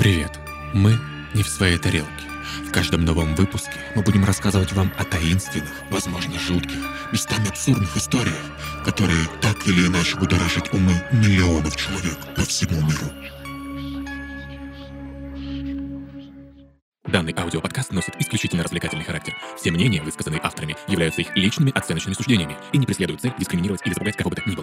Привет! Мы не в своей тарелке. В каждом новом выпуске мы будем рассказывать вам о таинственных, возможно, жутких, местами абсурдных историях, которые так или иначе будоражат умы миллионов человек по всему миру. Данный аудиоподкаст носит исключительно развлекательный характер. Все мнения, высказанные авторами, являются их личными оценочными суждениями и не преследуют цель дискриминировать или запугать кого бы то ни было.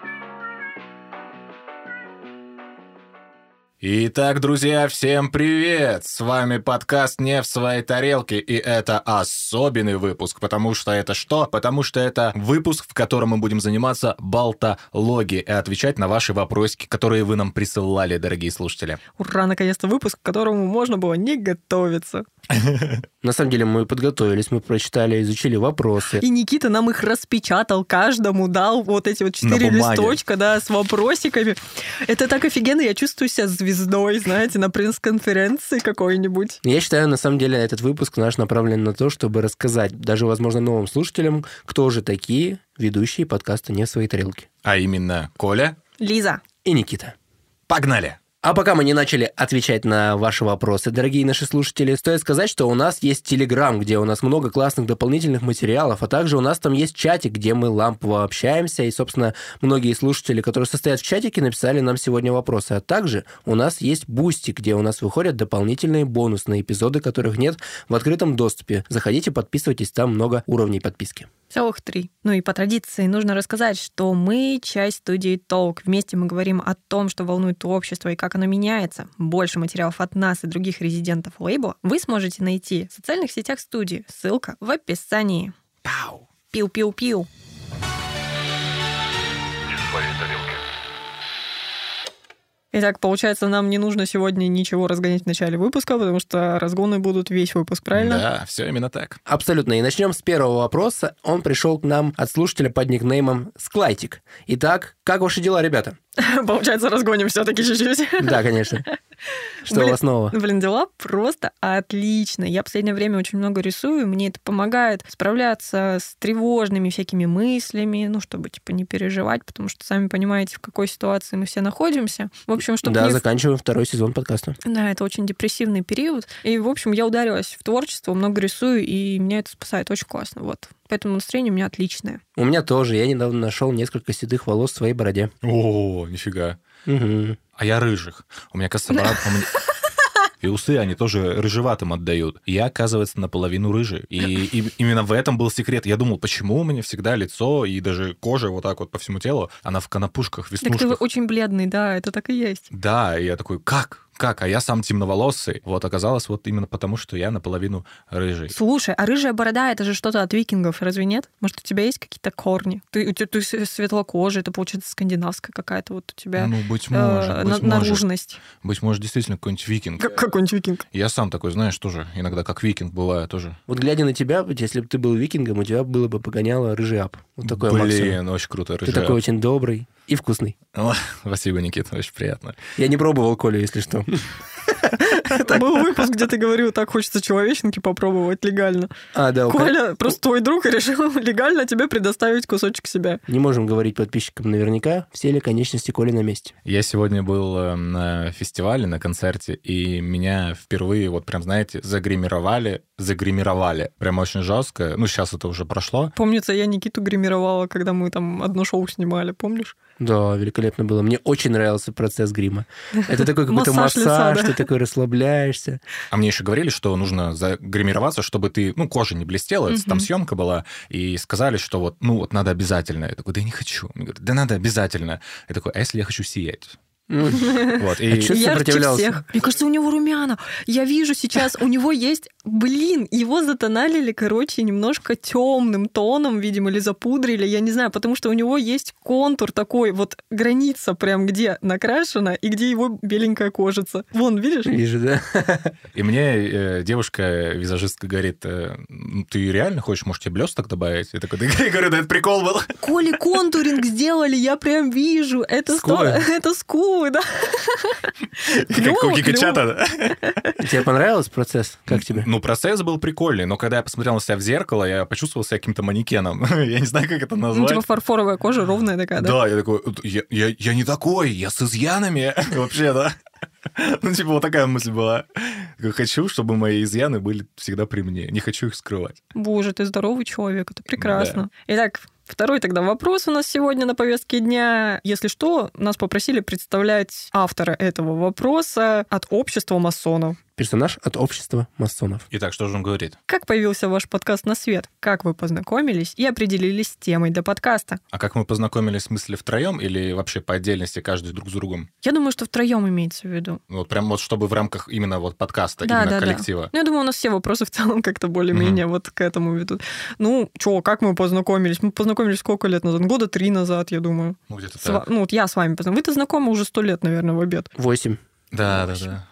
Итак, друзья, всем привет! С вами подкаст «Не в своей тарелке», и это особенный выпуск, потому что это что? Потому что это выпуск, в котором мы будем заниматься болтологией и отвечать на ваши вопросики, которые вы нам присылали, дорогие слушатели. Ура, наконец-то выпуск, к которому можно было не готовиться. На самом деле мы подготовились, мы прочитали, изучили вопросы. И Никита нам их распечатал, каждому дал вот эти вот 4 листочка, да, с вопросиками. Это так офигенно, я чувствую себя звездой, знаете, на пресс-конференции какой-нибудь. Я считаю, на самом деле, этот выпуск наш направлен на то, чтобы рассказать даже, возможно, новым слушателям, кто же такие ведущие подкаста «Не в своей тарелке». А именно Коля, Лиза и Никита. Погнали! А пока мы не начали отвечать на ваши вопросы, дорогие наши слушатели, стоит сказать, что у нас есть Телеграм, где у нас много классных дополнительных материалов, а также у нас там есть чатик, где мы лампово общаемся, и, собственно, многие слушатели, которые состоят в чатике, написали нам сегодня вопросы. А также у нас есть Бусти, где у нас выходят дополнительные бонусные эпизоды, которых нет в открытом доступе. Заходите, подписывайтесь, там много уровней подписки. Целых 3. Ну и по традиции нужно рассказать, что мы часть студии Talk. Вместе мы говорим о том, что волнует общество и как оно меняется. Больше материалов от нас и других резидентов лейбла вы сможете найти в социальных сетях студии. Ссылка в описании. Пау! Пиу-пиу-пиу. Итак, получается, нам не нужно сегодня ничего разгонять в начале выпуска, потому что разгоны будут весь выпуск, правильно? Да, все именно так. Абсолютно. И начнем с первого вопроса. Он пришел к нам от слушателя под никнеймом Склайтик. Итак, как ваши дела, ребята? Получается, разгоним все-таки чуть-чуть. Да, конечно. Что у вас нового? Блин, дела просто отлично. Я в последнее время очень много рисую, мне это помогает справляться с тревожными всякими мыслями, ну, чтобы, типа, не переживать, потому что, сами понимаете, в какой ситуации мы все находимся. В общем, чтобы Да, заканчиваем 2-й сезон подкаста. Да, это очень депрессивный период. И, в общем, я ударилась в творчество, много рисую, и меня это спасает. Очень классно, вот. Поэтому настроение у меня отличное. У меня тоже. Я недавно нашел несколько седых волос в своей бороде. О, нифига. Угу. А я рыжих. У меня кособород... И усы они тоже рыжеватым отдают. Я, оказывается, наполовину рыжий. И именно в этом был секрет. Я думал, почему у меня всегда лицо и даже кожа вот так вот по всему телу, она в конопушках, веснушках. Так ты очень бледный, да, это так и есть. Да, и я такой, как? А я сам темноволосый. Вот оказалось вот именно потому, что я наполовину рыжий. Слушай, а рыжая борода — это же что-то от викингов, разве нет? Может, у тебя есть какие-то корни? Ты светлокожий, это, получается, скандинавская какая-то вот у тебя быть может. наружность. Быть может, действительно какой-нибудь викинг. Какой-нибудь викинг. Я сам такой, знаешь, тоже иногда как викинг бываю тоже. Вот глядя на тебя, если бы ты был викингом, у тебя было бы погоняло рыжий ап. Вот такой максимум. Очень круто рыжий Ты такой ап. очень добрый и вкусный. Спасибо, Никита, очень приятно. Я не пробовал Колю, если что. Это был выпуск, где ты говорил, так хочется человеченки попробовать легально. Да, Коля, просто твой друг, решил легально тебе предоставить кусочек себя. Не можем говорить подписчикам наверняка, все ли конечности Коли на месте. Я сегодня был на фестивале, на концерте, и меня впервые, вот прям, знаете, загримировали. Прям очень жестко. Ну, сейчас это уже прошло. Помнится, я Никиту гримировала, когда мы там одно шоу снимали, помнишь? Да, великолепно было. Мне очень нравился процесс грима. Это такой какой-то массаж, ты такой расслабляешься. А мне еще говорили, что нужно загримироваться, чтобы ты, кожа не блестела, там съемка была, и сказали, что вот надо обязательно. Я такой, да я не хочу. Мне говорят, да надо обязательно. Я такой, а если я хочу сиять? Вот, и... Что сопротивлялся? Всех. Мне кажется, у него румяна. Я вижу сейчас, у него есть... его затоналили, немножко темным тоном, видимо, или запудрили, я не знаю, потому что у него есть контур такой, вот граница прям, где накрашена и где его беленькая кожица. Вон, видишь? Вижу, да. И мне девушка-визажистка говорит, ты реально хочешь, может, тебе блесток добавить? Я такой, я говорю, да это прикол был. Коле контуринг сделали, я прям вижу. Это скулы, да. Как у Кикачата. Тебе понравился процесс? Как тебе? Процесс был прикольный, но когда я посмотрел на себя в зеркало, я почувствовал себя каким-то манекеном. Я не знаю, как это назвать. Типа фарфоровая кожа, ровная такая, да? Да, я такой, я не такой, я с изъянами вообще, да. Ну, типа, вот такая мысль была. Хочу, чтобы мои изъяны были всегда при мне. Не хочу их скрывать. Боже, ты здоровый человек, это прекрасно. Итак, второй тогда вопрос у нас сегодня на повестке дня. Если что, нас попросили представлять автора этого вопроса от общества масонов. Персонаж от общества масонов. Итак, что же он говорит? Как появился ваш подкаст на свет? Как вы познакомились и определились с темой для подкаста? А как мы познакомились, в смысле, втроем или вообще по отдельности, каждый друг с другом? Я думаю, что втроем имеется в виду. Вот прям вот чтобы в рамках именно вот подкаста, Да, именно да, коллектива. да. Ну, я думаю, у нас все вопросы в целом как-то более-менее вот к этому ведут. Ну, как мы познакомились? Мы познакомились сколько лет назад? 3 года назад, я думаю. Ну, где-то так. Ну, вот я с вами познакомилась. Вы-то знакомы уже 100 лет, наверное, в обед. 8. Да.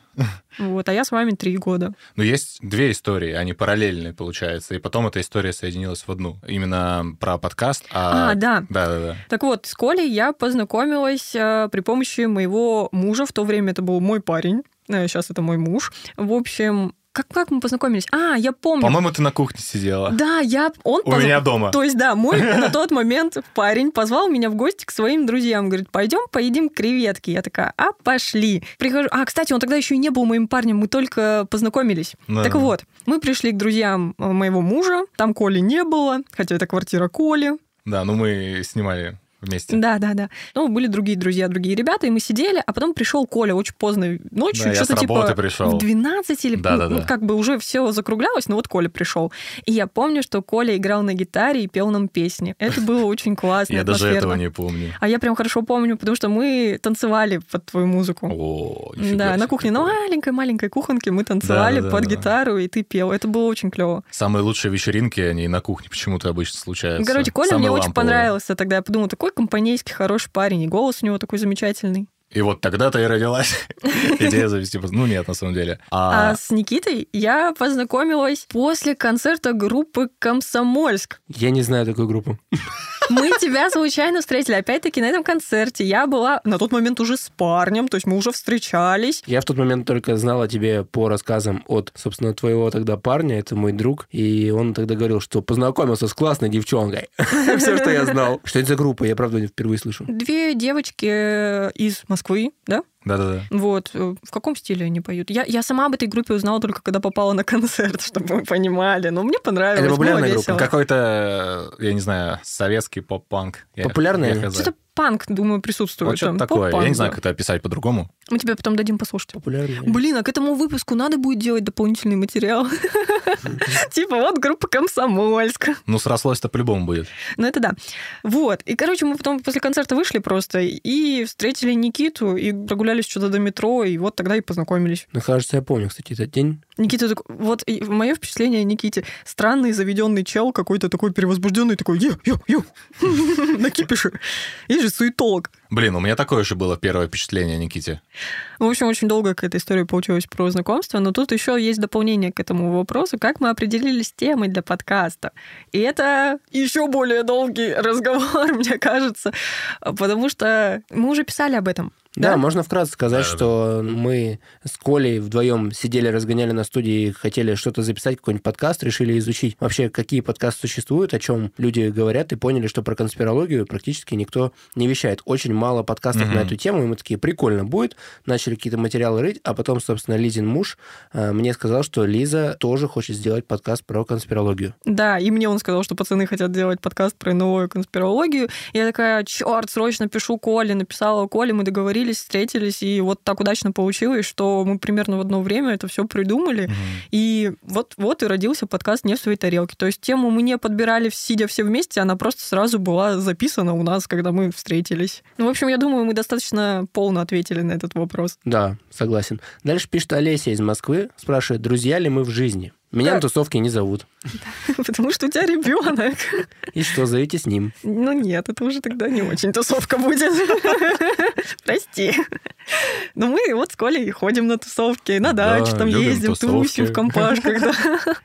Вот, а я с вами 3 года. Но есть две истории, они параллельные, получается, и потом эта история соединилась в одну. Именно про подкаст. Да. Да. Так вот, с Колей я познакомилась при помощи моего мужа. В то время это был мой парень, сейчас это мой муж. В общем... Как мы познакомились? Я помню. По-моему, ты на кухне сидела. Да, У меня дома. То есть, да, мой на тот момент парень позвал меня в гости к своим друзьям. Говорит, пойдем поедим креветки. Я такая, пошли. Прихожу. Кстати, он тогда еще и не был моим парнем, мы только познакомились. Да. Так вот, мы пришли к друзьям моего мужа. Там Коли не было, хотя это квартира Коли. Да, мы снимали вместе. Да. Ну, были другие друзья, другие ребята, и мы сидели, а потом пришел Коля очень поздно ночью, Да, что-то я с работы пришел. в 12 или... Да. как бы уже все закруглялось, но вот Коля пришел. И я помню, что Коля играл на гитаре и пел нам песни. Это было очень классно, Я даже атмосферно. этого не помню. А я прям хорошо помню, потому что мы танцевали под твою музыку. О, нифига Да, себе на кухне, на какое. маленькой кухонке мы танцевали Да. под гитару, и ты пел. Это было очень клево. Самые лучшие вечеринки, они на кухне почему-то обычно случаются. Короче, Коля Самые мне очень ламповые. понравился тогда. Я подумала, такой компанейский, хороший парень, и голос у него такой замечательный. И вот тогда-то и родилась идея завести... Ну, нет, на самом деле. А с Никитой я познакомилась после концерта группы «Комсомольск». Я не знаю такую группу. Мы тебя случайно встретили. Опять-таки на этом концерте я была на тот момент уже с парнем, то есть мы уже встречались. Я в тот момент только знал о тебе по рассказам от, собственно, твоего тогда парня, это мой друг, и он тогда говорил, что познакомился с классной девчонкой. Все, что я знал. Что это за группа? Я, правда, впервые слышу. 2 девочки из Москвы, да? Да. Вот. В каком стиле они поют? Я сама об этой группе узнала только когда попала на концерт, чтобы вы понимали. Но мне понравилось, Это популярная было группа? весело. Какой-то, я не знаю, советский поп-панк. Популярная? Я хз. Что-то панк, думаю, присутствует. Вот что-то там, такое. поп-панк, Я не знаю, да. как это описать по-другому. Мы тебе потом дадим послушать. Популярная. Блин, а к этому выпуску надо будет делать дополнительный материал. Типа вот группа «Комсомольск». Ну, срослось-то по-любому будет. Ну, это да. Вот. И, короче, мы потом после концерта вышли просто и встретили Никиту, и прогулялись что-то до метро, и вот тогда и познакомились. Ну, кажется, я помню, кстати, этот день. Никита такой... Вот мое впечатление о Никите. Странный заведенный чел, какой-то такой перевозбужденный, такой ё, на кипише. Есть же суетолог. Блин, у меня такое же было первое впечатление о Никите. В общем, очень долго какая-то история получилась про знакомство, но тут еще есть дополнение к этому вопросу, как мы определились с темой для подкаста. И это еще более долгий разговор, мне кажется, потому что мы уже писали об этом. Да, можно вкратце сказать, Да. что мы с Колей вдвоем сидели, разгоняли на студии, хотели что-то записать, какой-нибудь подкаст, решили изучить вообще, какие подкасты существуют, о чем люди говорят, и поняли, что про конспирологию практически никто не вещает. Очень мало подкастов на эту тему, и мы такие, прикольно будет, начали какие-то материалы рыть, а потом, собственно, Лизин муж мне сказал, что Лиза тоже хочет сделать подкаст про конспирологию. Да, и мне он сказал, что пацаны хотят делать подкаст про новую конспирологию. Я такая, черт, срочно пишу Коле, написала Коле, мы договорились, встретились, и вот так удачно получилось, что мы примерно в одно время это все придумали. И вот и родился подкаст «Не в своей тарелке». То есть тему мы не подбирали, сидя все вместе, она просто сразу была записана у нас, когда мы встретились. Ну, в общем, я думаю, мы достаточно полно ответили на этот вопрос. Да, согласен. Дальше пишет Олеся из Москвы, спрашивает, друзья ли мы в жизни? Меня на тусовке не зовут. Потому что у тебя ребенок. И что, зовите с ним? Ну нет, это уже тогда не очень тусовка будет. Прости. Но мы вот с Колей ходим на тусовки, на Да, дачу там любим ездим, тусовки. тусим в компашках. Да.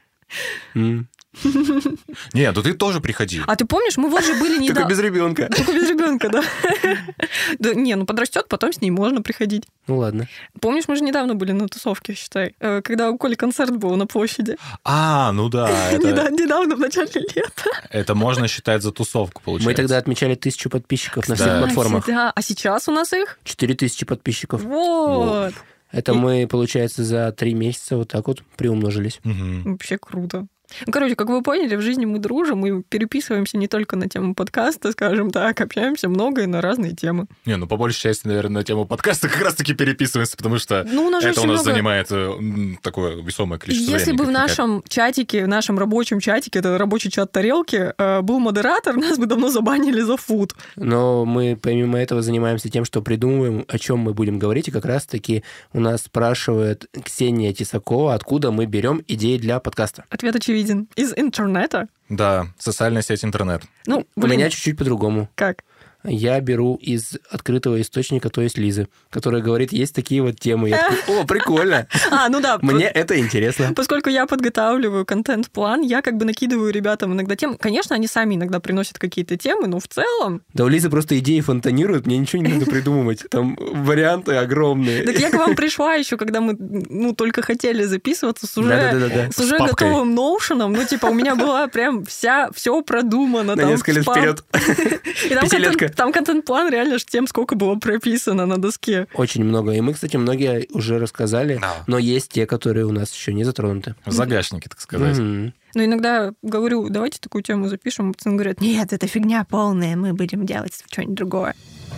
Нет, ну ты тоже приходи. А ты помнишь, мы вот же были Только недавно... без ребенка. Только без ребенка, да. Да. Не, ну подрастет, потом с ней можно приходить. Ну ладно. Помнишь, мы же недавно были на тусовке, считай, когда у Коли концерт был на площади. Ну да, Недавно, в начале лета. это можно считать за тусовку, получается. Мы тогда отмечали 1000 подписчиков на всех Да. платформах. Да, а сейчас у нас их? 4000 подписчиков. Вот. Это мы, получается, за 3 месяца вот так вот приумножились. Вообще круто. Ну, короче, как вы поняли, в жизни мы дружим, мы переписываемся не только на тему подкаста, скажем так, общаемся много и на разные темы. Не, ну, по большей части, наверное, на тему подкаста как раз-таки переписываемся, потому что это у нас занимает такое весомое количество времени. Если бы в нашем чатике, в нашем рабочем чатике, это рабочий чат тарелки, был модератор, нас бы давно забанили за фуд. Но мы помимо этого занимаемся тем, что придумываем, о чем мы будем говорить, и как раз-таки у нас спрашивает Ксения Тесакова, откуда мы берем идеи для подкаста. Ответ очевиден. Из интернета? Да, социальная сеть интернет. Ну, У меня чуть-чуть по-другому. Как? Я беру из открытого источника, то есть Лизы, которая говорит, есть такие вот темы. Я такой, о, прикольно. Ну да. Мне это интересно. Поскольку я подготавливаю контент-план, я как бы накидываю ребятам иногда темы. Конечно, они сами иногда приносят какие-то темы, но в целом... Да у Лизы просто идеи фонтанируют, мне ничего не надо придумывать. Там варианты огромные. Так я к вам пришла еще, когда мы только хотели записываться с уже готовым ноушеном. Ну, типа, у меня была прям все продумано. На несколько лет вперед. Пятилетка. Там контент-план реально же тем, сколько было прописано на доске. Очень много. И мы, кстати, многие уже рассказали, но есть те, которые у нас еще не затронуты. Загашники, так сказать. Но иногда говорю, давайте такую тему запишем. Пацаны говорят, нет, это фигня полная, мы будем делать что-нибудь другое.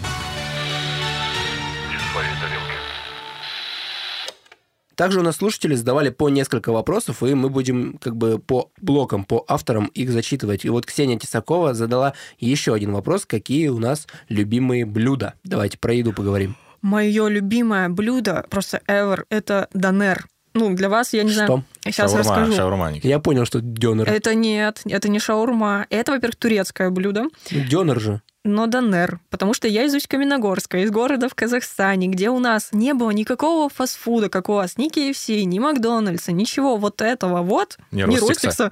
Также у нас слушатели задавали по несколько вопросов, и мы будем как бы по блокам, по авторам их зачитывать. И вот Ксения Тесакова задала еще один вопрос, какие у нас любимые блюда. Давайте про еду поговорим. Мое любимое блюдо, просто ever, это донер. Ну, для вас, я не знаю... Сейчас расскажу. Шаурманик. Я понял, что дёнер. Это нет, это не шаурма. Это, во-первых, турецкое блюдо. Дёнер же. Но донер, потому что я из Усть-Каменогорска, из города в Казахстане, где у нас не было никакого фастфуда, как у вас, ни KFC, ни Макдональдса, ничего вот этого вот. Не Ростикса.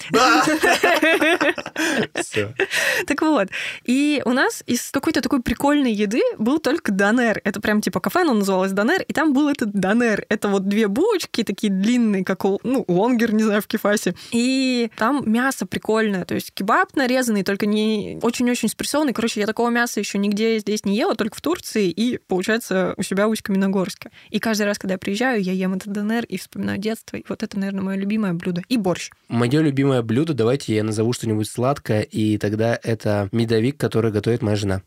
Так вот, и у нас из какой-то такой прикольной еды был только донер. Это прям типа кафе, оно называлось донер, и там был этот донер. Это вот 2 булочки такие длинные, как лонгер, не знаю, в кефасе. И там мясо прикольное, то есть кебаб нарезанный, только не очень-очень спрессованный. Короче, я такого мяса еще нигде здесь не ела, только в Турции и, получается, у себя в Усть-Каменогорске. И каждый раз, когда я приезжаю, я ем этот донер и вспоминаю детство. И вот это, наверное, мое любимое блюдо. И борщ. Мое любимое блюдо, давайте я назову что-нибудь сладкое, и тогда это медовик, который готовит моя жена.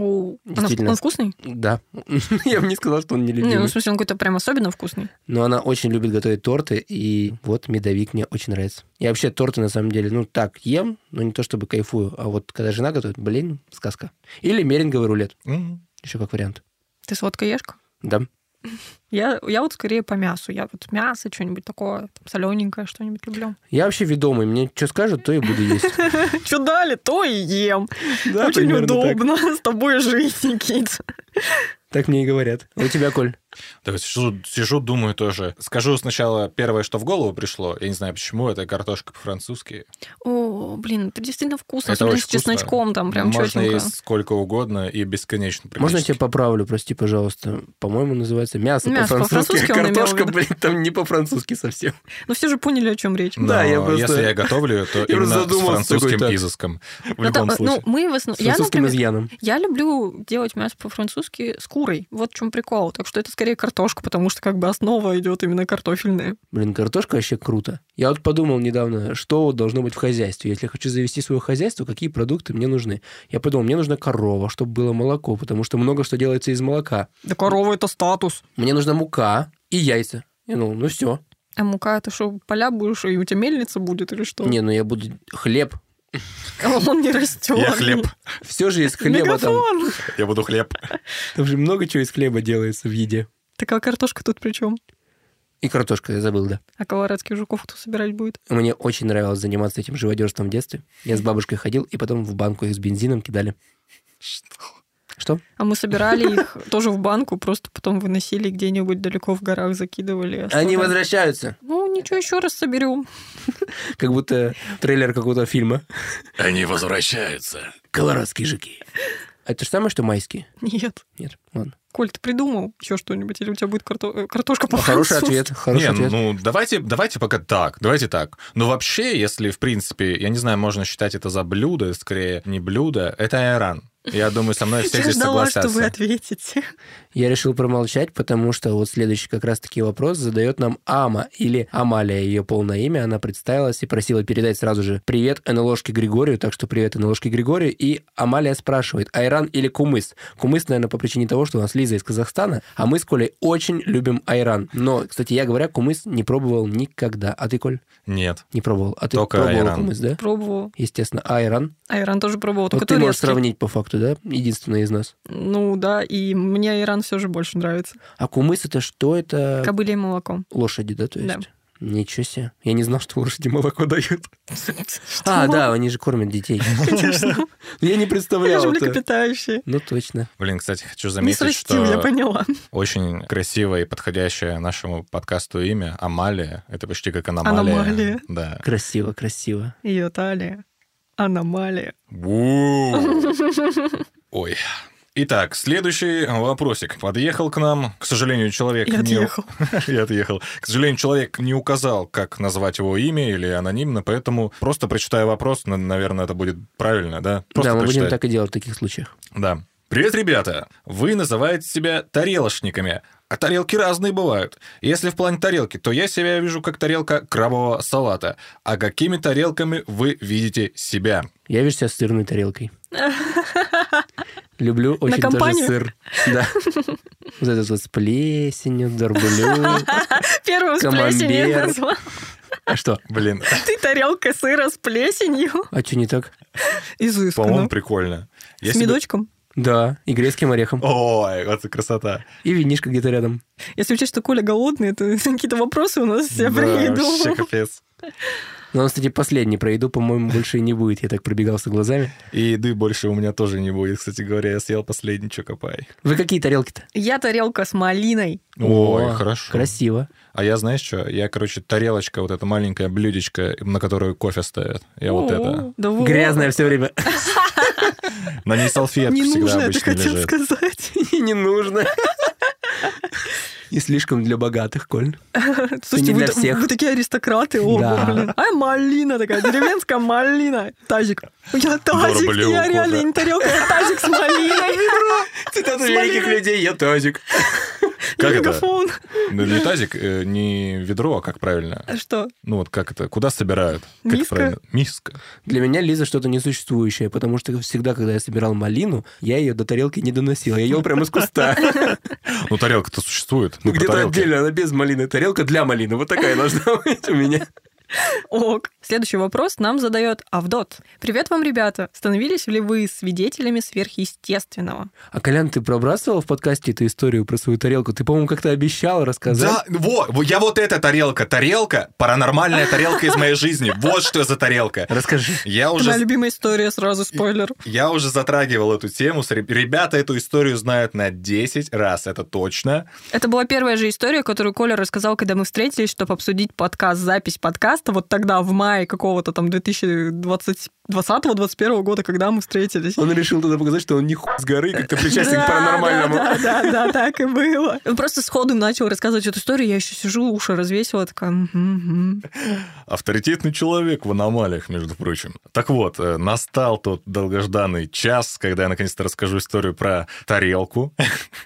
Он вкусный? Да. Я бы не сказал, что он не любимый. Не, ну в смысле, он какой-то прям особенно вкусный. Но она очень любит готовить торты, и вот медовик мне очень нравится. Я вообще торты, на самом деле, так, ем, но не то чтобы кайфую, а вот когда жена готовит, сказка. Или меренговый рулет. Еще как вариант. Ты сладкоежка? Да. Я вот скорее по мясу. Я вот мясо, что-нибудь такое, солененькое что-нибудь люблю. Я вообще ведомый. Мне что скажут, то и буду есть. Что дали, то и ем. Очень удобно с тобой жить, Никита. Так мне и говорят. А у тебя, Коль? Так, сижу, думаю тоже. Скажу сначала первое, что в голову пришло. Я не знаю, почему. Это картошка по-французски. О, блин, это действительно вкусно. Это особенно очень с чесночком там прям можно чётенько. есть сколько угодно и бесконечно. Можно я тебя поправлю, прости, пожалуйста? По-моему, называется мясо по-французски. он имел в Картошка, виду. там не по-французски совсем. Но все же поняли, о чем речь. Да, я просто- если я готовлю, то именно с французским изыском. В любом случае. Мы в основном... С французским изъяном. Я люблю делать мясо по-французски с курой. Вот в чем прикол. Так что это скорее картошка, потому что как бы основа идет именно картофельная. Блин, картошка вообще круто. Я вот подумал недавно, что должно быть в хозяйстве. Если я хочу завести свое хозяйство, какие продукты мне нужны? Я подумал, мне нужна корова, чтобы было молоко, потому что много что делается из молока. Да корова это статус. Мне нужна мука и яйца. Ну все. А мука, это что, поля будешь, и у тебя мельница будет или что? Не, я буду хлеб. Он не растет. Я хлеб. Все же из хлеба там. Мегафон. Я буду хлеб. Там же много чего из хлеба делается в еде. Так а картошка тут при чем? И картошка, я забыл, да. А колорадских жуков кто собирать будет? Мне очень нравилось заниматься этим живодерством в детстве. Я с бабушкой ходил, и потом в банку их с бензином кидали. Что? А мы собирали их тоже в банку, просто потом выносили где-нибудь далеко в горах, закидывали. Они возвращаются. Ну, ничего, еще раз соберем. Как будто трейлер какого-то фильма. Они возвращаются. Колорадские жуки. Это же самое, что майские? Нет. Нет, ладно. Коль, ты придумал еще что-нибудь? Или у тебя будет картошка Хороший по-французски? ответ. Хороший ответ. Ну, давайте пока так. Давайте так. Но вообще, если, в принципе, я не знаю, можно считать это за блюдо, скорее не блюдо, это айран. Я думаю, со мной все Я здесь ждала, согласятся. что вы ответите. Я решил промолчать, потому что вот следующий как раз-таки вопрос задает нам Ама, или Амалия, ее полное имя. Она представилась и просила передать сразу же привет НЛОшке Григорию, так что привет НЛОшке Григорию. И Амалия спрашивает, айран или кумыс? Кумыс, наверное, по причине того, что у нас Лиза из Казахстана, а мы с Колей очень любим айран. Но, кстати, я говоря, кумыс не пробовал никогда. А ты, Коль? Нет. Не пробовал. А ты Только пробовал айран. кумыс, да? Пробовала. Естественно. А айран? Айран тоже пробовала, Вот только ты можешь турецкий. сравнить по факту, да? Единственная из нас. Ну да, и мне айран все же больше нравится. А кумыс это что? Это Кобылье молоко. лошади, да? То есть? Да. Ничего себе. Я не знал, что лошади молоко дают. А, да, они же кормят детей. Конечно. Я не Я представлял же это. млекопитающие. Ну, точно. Блин, кстати, хочу Не заметить, срастил, я что поняла. очень красивое и подходящее нашему подкасту имя Амалия. Это почти как аномалия. Аномалия. Да. Красиво, красиво. Ее талия. Аномалия. Ой. Итак, следующий вопросик. Подъехал к нам, к сожалению, человек... Я отъехал. Я отъехал. К сожалению, человек не указал, как назвать его имя или анонимно, поэтому просто прочитаю вопрос, наверное, это будет правильно, да? Просто Да, мы будем прочитать. так и делать в таких случаях. Да. Привет, ребята! Вы называете себя тарелочниками, а тарелки разные бывают. Если в плане тарелки, то я себя вижу как тарелка крабового салата. А какими тарелками вы видите себя? Я вижу себя с сырной тарелкой. Люблю очень тоже компанию? сыр. Да. Вот этот вот с плесенью, дорблю. Первым с плесенью Камамбер. назвал. А что? Блин, Ты тарелка сыра с плесенью. А что не так? по-моему, Изысканно. прикольно. Я С себе- медочком. Да, и грецким орехом. Ой, вот это красота. И винишко где-то рядом. Если учесть, что Коля голодный, то какие-то вопросы у нас все Да, вообще приеду. капец. Но он, кстати, последний про еду, по-моему, больше и не будет. Я так пробегался глазами. И еды больше у меня тоже не будет. Кстати говоря, я съел последний, что копай. Вы какие тарелки-то? Я тарелка с малиной. Ой, О, хорошо. Красиво. А я, знаешь что? Я, короче, тарелочка, вот эта маленькая блюдечко, на которую кофе ставят. Я вот это. Да вот. Грязное все время. На ней салфетка Не всегда нужно, ты обычно хотел лежит. сказать. И не нужно. И слишком для богатых, Коль. Слушайте, не для всех. вы такие аристократы. О, Да. блин. А малина такая, деревенская малина. Тазик. Я тазик, Дорблю я реально кофе. не тарелка, я тазик с малиной. Цитата С великих малиной. людей, я тазик. Как И это? мегафон. Ну, не тазик, не ведро, а как правильно? Что? Ну, вот как это? Куда собирают? Как Миска? правильно? Миска. Для меня Лиза что-то несуществующее, потому что всегда, когда я собирал малину, я ее до тарелки не доносил. Я ел прямо из куста. Ну, тарелка-то существует. Ну, Мы про где-то тарелки. отдельно, она без малины. Тарелка для малины. Вот такая должна быть у меня. Ок. Следующий вопрос нам задает Авдот. Привет вам, ребята. Становились ли вы свидетелями сверхъестественного? А, Колян, ты пробрасывал в подкасте эту историю про свою тарелку? Ты, по-моему, как-то обещал рассказать. Да, я вот эта тарелка. Тарелка, паранормальная тарелка из моей жизни. Вот что за тарелка. Расскажи. Я Моя уже, любимая история, сразу спойлер. я уже затрагивал эту тему. Ребята эту историю знают на 10 раз, это точно. Это была первая же история, которую Коля рассказал, когда мы встретились, чтобы обсудить подкаст, запись подкаста. Вот тогда, в мае какого-то там 2020-2021 года, когда мы встретились. Он решил тогда показать, что он не хуй с горы, как-то причастен к паранормальному. Да, так и было. Он просто сходу начал рассказывать эту историю, я еще сижу, уши развесила, такая... «Мгм». Авторитетный человек в аномалиях, между прочим. Так вот, настал тот долгожданный час, когда я наконец-то расскажу историю про тарелку.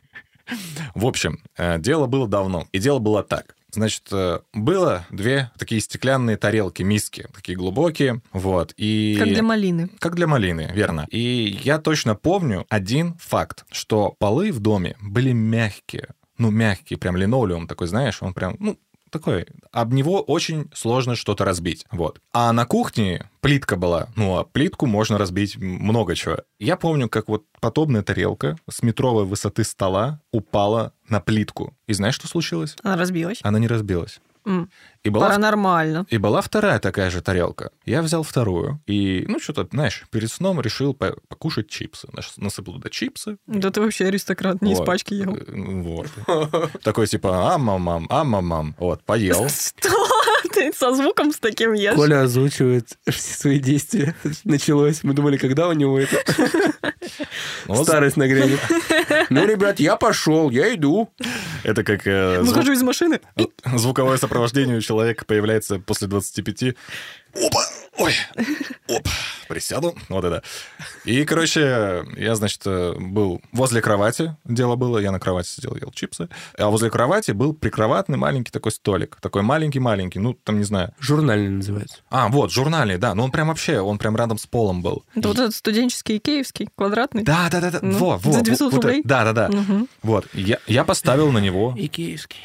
В общем, дело было давно. И дело было так. Значит, было две такие стеклянные тарелки, миски, такие глубокие, вот, и... Как для малины. Как для малины, верно. И я точно помню один факт, что полы в доме были мягкие. Ну, мягкие, прям линолеум такой, знаешь, он прям, ну, такой, об него очень сложно что-то разбить, вот. А на кухне плитка была, ну, а плитку можно разбить много чего. Я помню, как вот подобная тарелка с метровой высоты стола упала на плитку. И знаешь, что случилось? Она разбилась. Она не разбилась. М, И была Паранормально. и была вторая такая же тарелка. Я взял вторую и, ну, что-то, знаешь, перед сном решил покушать чипсы. Насыпал туда чипсы. Да ты вообще аристократ, не из Вот. пачки ел. Вот. Такой типа ам-мам-мам. Вот, поел. Что? Ты со звуком с таким ешь? Коля озвучивает все свои действия. Началось. Мы думали, когда у него это Ну, вот старость нагрянет. Ну, ребят, я пошел, я иду. это как Выхожу из машины. звуковое сопровождение у человека появляется после 25. Опа! Ой! Оп! присяду, вот это. И, короче, я, значит, был возле кровати, дело было, я на кровати сидел, ел чипсы, а возле кровати был прикроватный маленький такой столик, такой маленький-маленький, ну, там, не знаю. Журнальный называется. А, вот, журнальный, да, но он прям вообще, он прям рядом с полом был. Это вот этот студенческий, киевский, квадратный? Да, Ну, во. за 900 рублей? Да. Угу. Вот, я поставил на него... И киевский.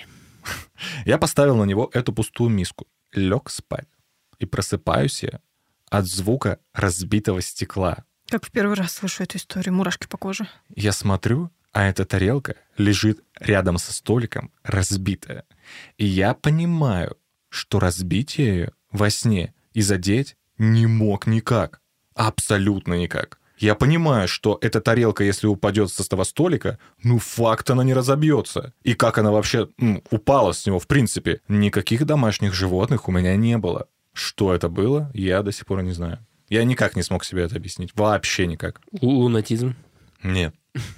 Я поставил на него эту пустую миску, лег спать, и просыпаюсь я от звука разбитого стекла. Как в первый раз слышу эту историю, мурашки по коже. Я смотрю, а эта тарелка лежит рядом со столиком, разбитая. И я понимаю, что разбить я ее во сне и задеть не мог никак. Абсолютно никак. Я понимаю, что эта тарелка, если упадет с этого столика, ну, факт, она не разобьется. И как она вообще упала с него, в принципе. Никаких домашних животных у меня не было. Что это было, я до сих пор не знаю. Я никак не смог себе это объяснить. Вообще никак. Лунатизм. Нет.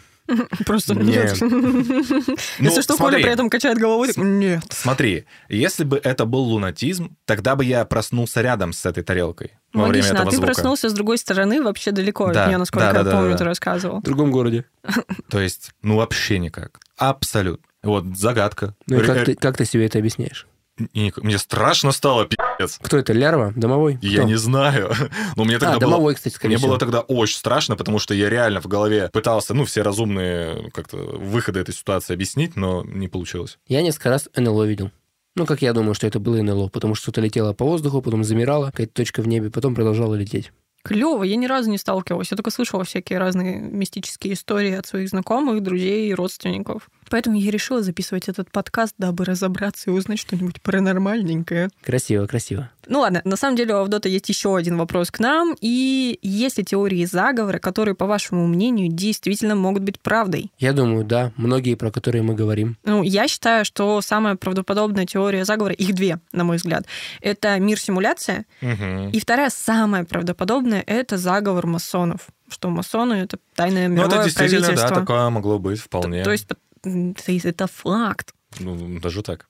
Просто Нет. нет. Если что, Коля при этом качает головой, так нет. Смотри, если бы это был лунатизм, тогда бы я проснулся рядом с этой тарелкой во время Логично, этого а ты звука. проснулся с другой стороны, вообще далеко Да, от нее, насколько да, я да, помню, да. ты рассказывал. В другом городе. То есть, ну, вообще никак. Абсолютно. Вот загадка. Ну и как ты себе это объясняешь? Мне страшно стало, пи***ц. Кто это, лярва? Домовой? Я Кто? не знаю. Но мне тогда домовой, кстати, скорее Мне всего. было тогда очень страшно, потому что я реально в голове пытался, ну, все разумные как-то выходы этой ситуации объяснить, но не получилось. Я несколько раз НЛО видел. Ну, как я думаю, что это было НЛО, потому что что-то летело по воздуху, потом замирало, какая-то точка в небе, потом продолжала лететь. Клево, я ни разу не сталкивалась. Я только слышала всякие разные мистические истории от своих знакомых, друзей и родственников. Поэтому я решила записывать этот подкаст, дабы разобраться и узнать что-нибудь паранормальненькое. Красиво, красиво. Ну ладно, на самом деле у Авдота есть еще один вопрос к нам. И есть ли теории заговора, которые, по вашему мнению, действительно могут быть правдой? Я думаю, да, многие, про которые мы говорим. Ну, я считаю, что самая правдоподобная теория заговора, их две, на мой взгляд, это мир-симуляция. И вторая, самая правдоподобная, это заговор масонов. Что масоны — это тайное Ну, мировое это действительно, правительство. да, такое могло быть вполне. То есть это факт. Ну, даже так.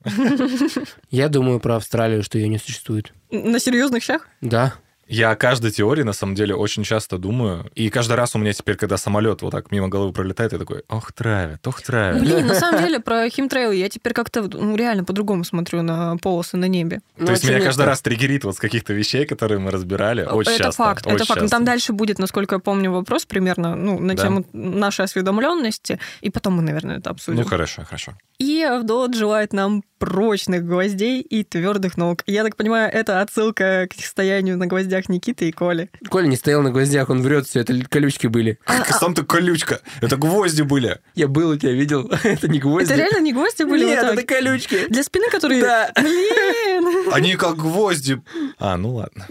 Я думаю про Австралию, что ее не существует. На серьезных щах? Да. Я о каждой теории, на самом деле, очень часто думаю. И каждый раз у меня теперь, когда самолет вот так мимо головы пролетает, я такой, ох, травят. Блин, на самом деле, про химтрейл я теперь как-то реально по-другому смотрю на полосы на небе. То есть меня каждый раз триггерит вот с каких-то вещей, которые мы разбирали. Очень это часто. факт, это очень факт. Ну, часто. там дальше будет, насколько я помню, вопрос примерно на Да. тему нашей осведомленности, и потом мы, наверное, это обсудим. Ну, хорошо. И Авдот желает нам прочных гвоздей и твердых ног. Я так понимаю, это отсылка к состоянию на гвоздях Никиты и Коли. Коля не стоял на гвоздях, он врет, все это колючки были. Сам ты колючка. Это гвозди были. Я был у тебя, видел. Это не гвозди. Это реально не гвозди были? Нет, вот так? это колючки. Для спины, которые... Да. Блин! Они как гвозди. Ну ладно.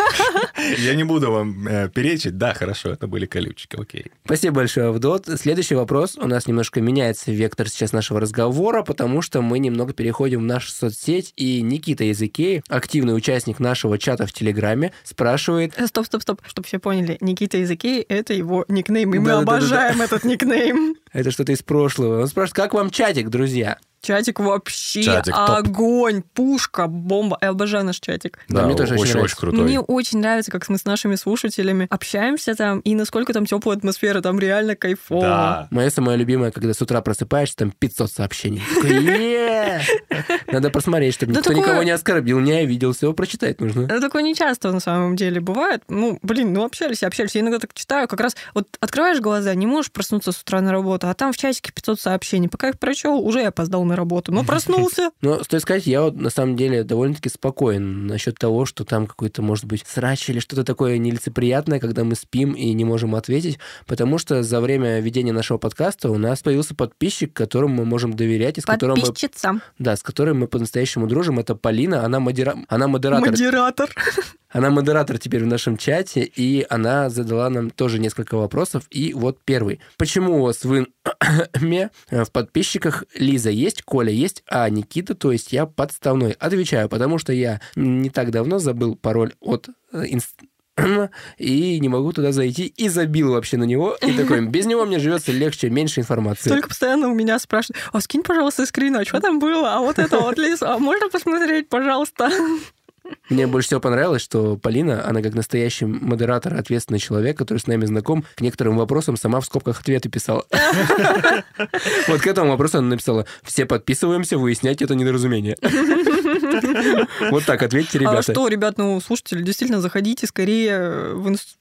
Я не буду вам перечить. Да, хорошо, это были колючки, окей. Спасибо большое, Авдот. Следующий вопрос. У нас немножко меняется вектор сейчас нашего разговора, потому что мы немного переходим в нашу соцсеть, и Никита Языкей, активный участник нашего чата в Телеграме, спрашивает... Стоп. Чтобы все поняли, Никита Языкей — это его никнейм, и мы Да-да-да-да. обожаем этот никнейм. Это что-то из прошлого. Он спрашивает, как вам чатик, друзья? Чатик вообще Чатик топ. огонь, пушка, бомба. Я обожаю наш чатик. Да, мне тоже очень очень нравится. крутой. Мне очень нравится, как мы с нашими слушателями общаемся там, и насколько там теплая атмосфера, там реально кайфово. Да. Мое самое любимое, когда с утра просыпаешься, там 500 сообщений. Такой, «Е-е-е!» Надо посмотреть, чтобы Да никто такое- никого не оскорбил, не обидел. Все прочитать нужно. Это такое нечасто на самом деле бывает. Общались. Я иногда так читаю, как раз вот открываешь глаза, не можешь проснуться с утра на работу, а там в чатике 500 сообщений. Пока их прочел, уже я опоздал на работу. Но проснулся. Но, стоит сказать, я вот на самом деле довольно-таки спокоен насчет того, что там какой-то, может быть, срач или что-то такое нелицеприятное, когда мы спим и не можем ответить, потому что за время ведения нашего подкаста у нас появился подписчик, которому мы можем доверять, и с которым мы... Подписчица. Да, с которой мы по-настоящему дружим. Это Полина, она модератор. Модератор. Она модератор теперь в нашем чате, и она задала нам тоже несколько вопросов. И вот первый. Почему у вас в подписчиках Лиза есть, Коля есть, а Никита, то есть я подставной? Отвечаю, потому что я не так давно забыл пароль от и не могу туда зайти, и забил вообще на него. И такой, без него мне живется легче, меньше информации. Только постоянно у меня спрашивают, скинь, пожалуйста, скрин, а что там было? А вот это вот, Лиза, а можно посмотреть, пожалуйста? Мне больше всего понравилось, что Полина, она как настоящий модератор, ответственный человек, который с нами знаком, к некоторым вопросам сама в скобках ответы писала. Вот к этому вопросу она написала: все подписываемся, выяснять это недоразумение. Вот так ответьте, ребята. А что, ребят, слушатели, действительно, заходите скорее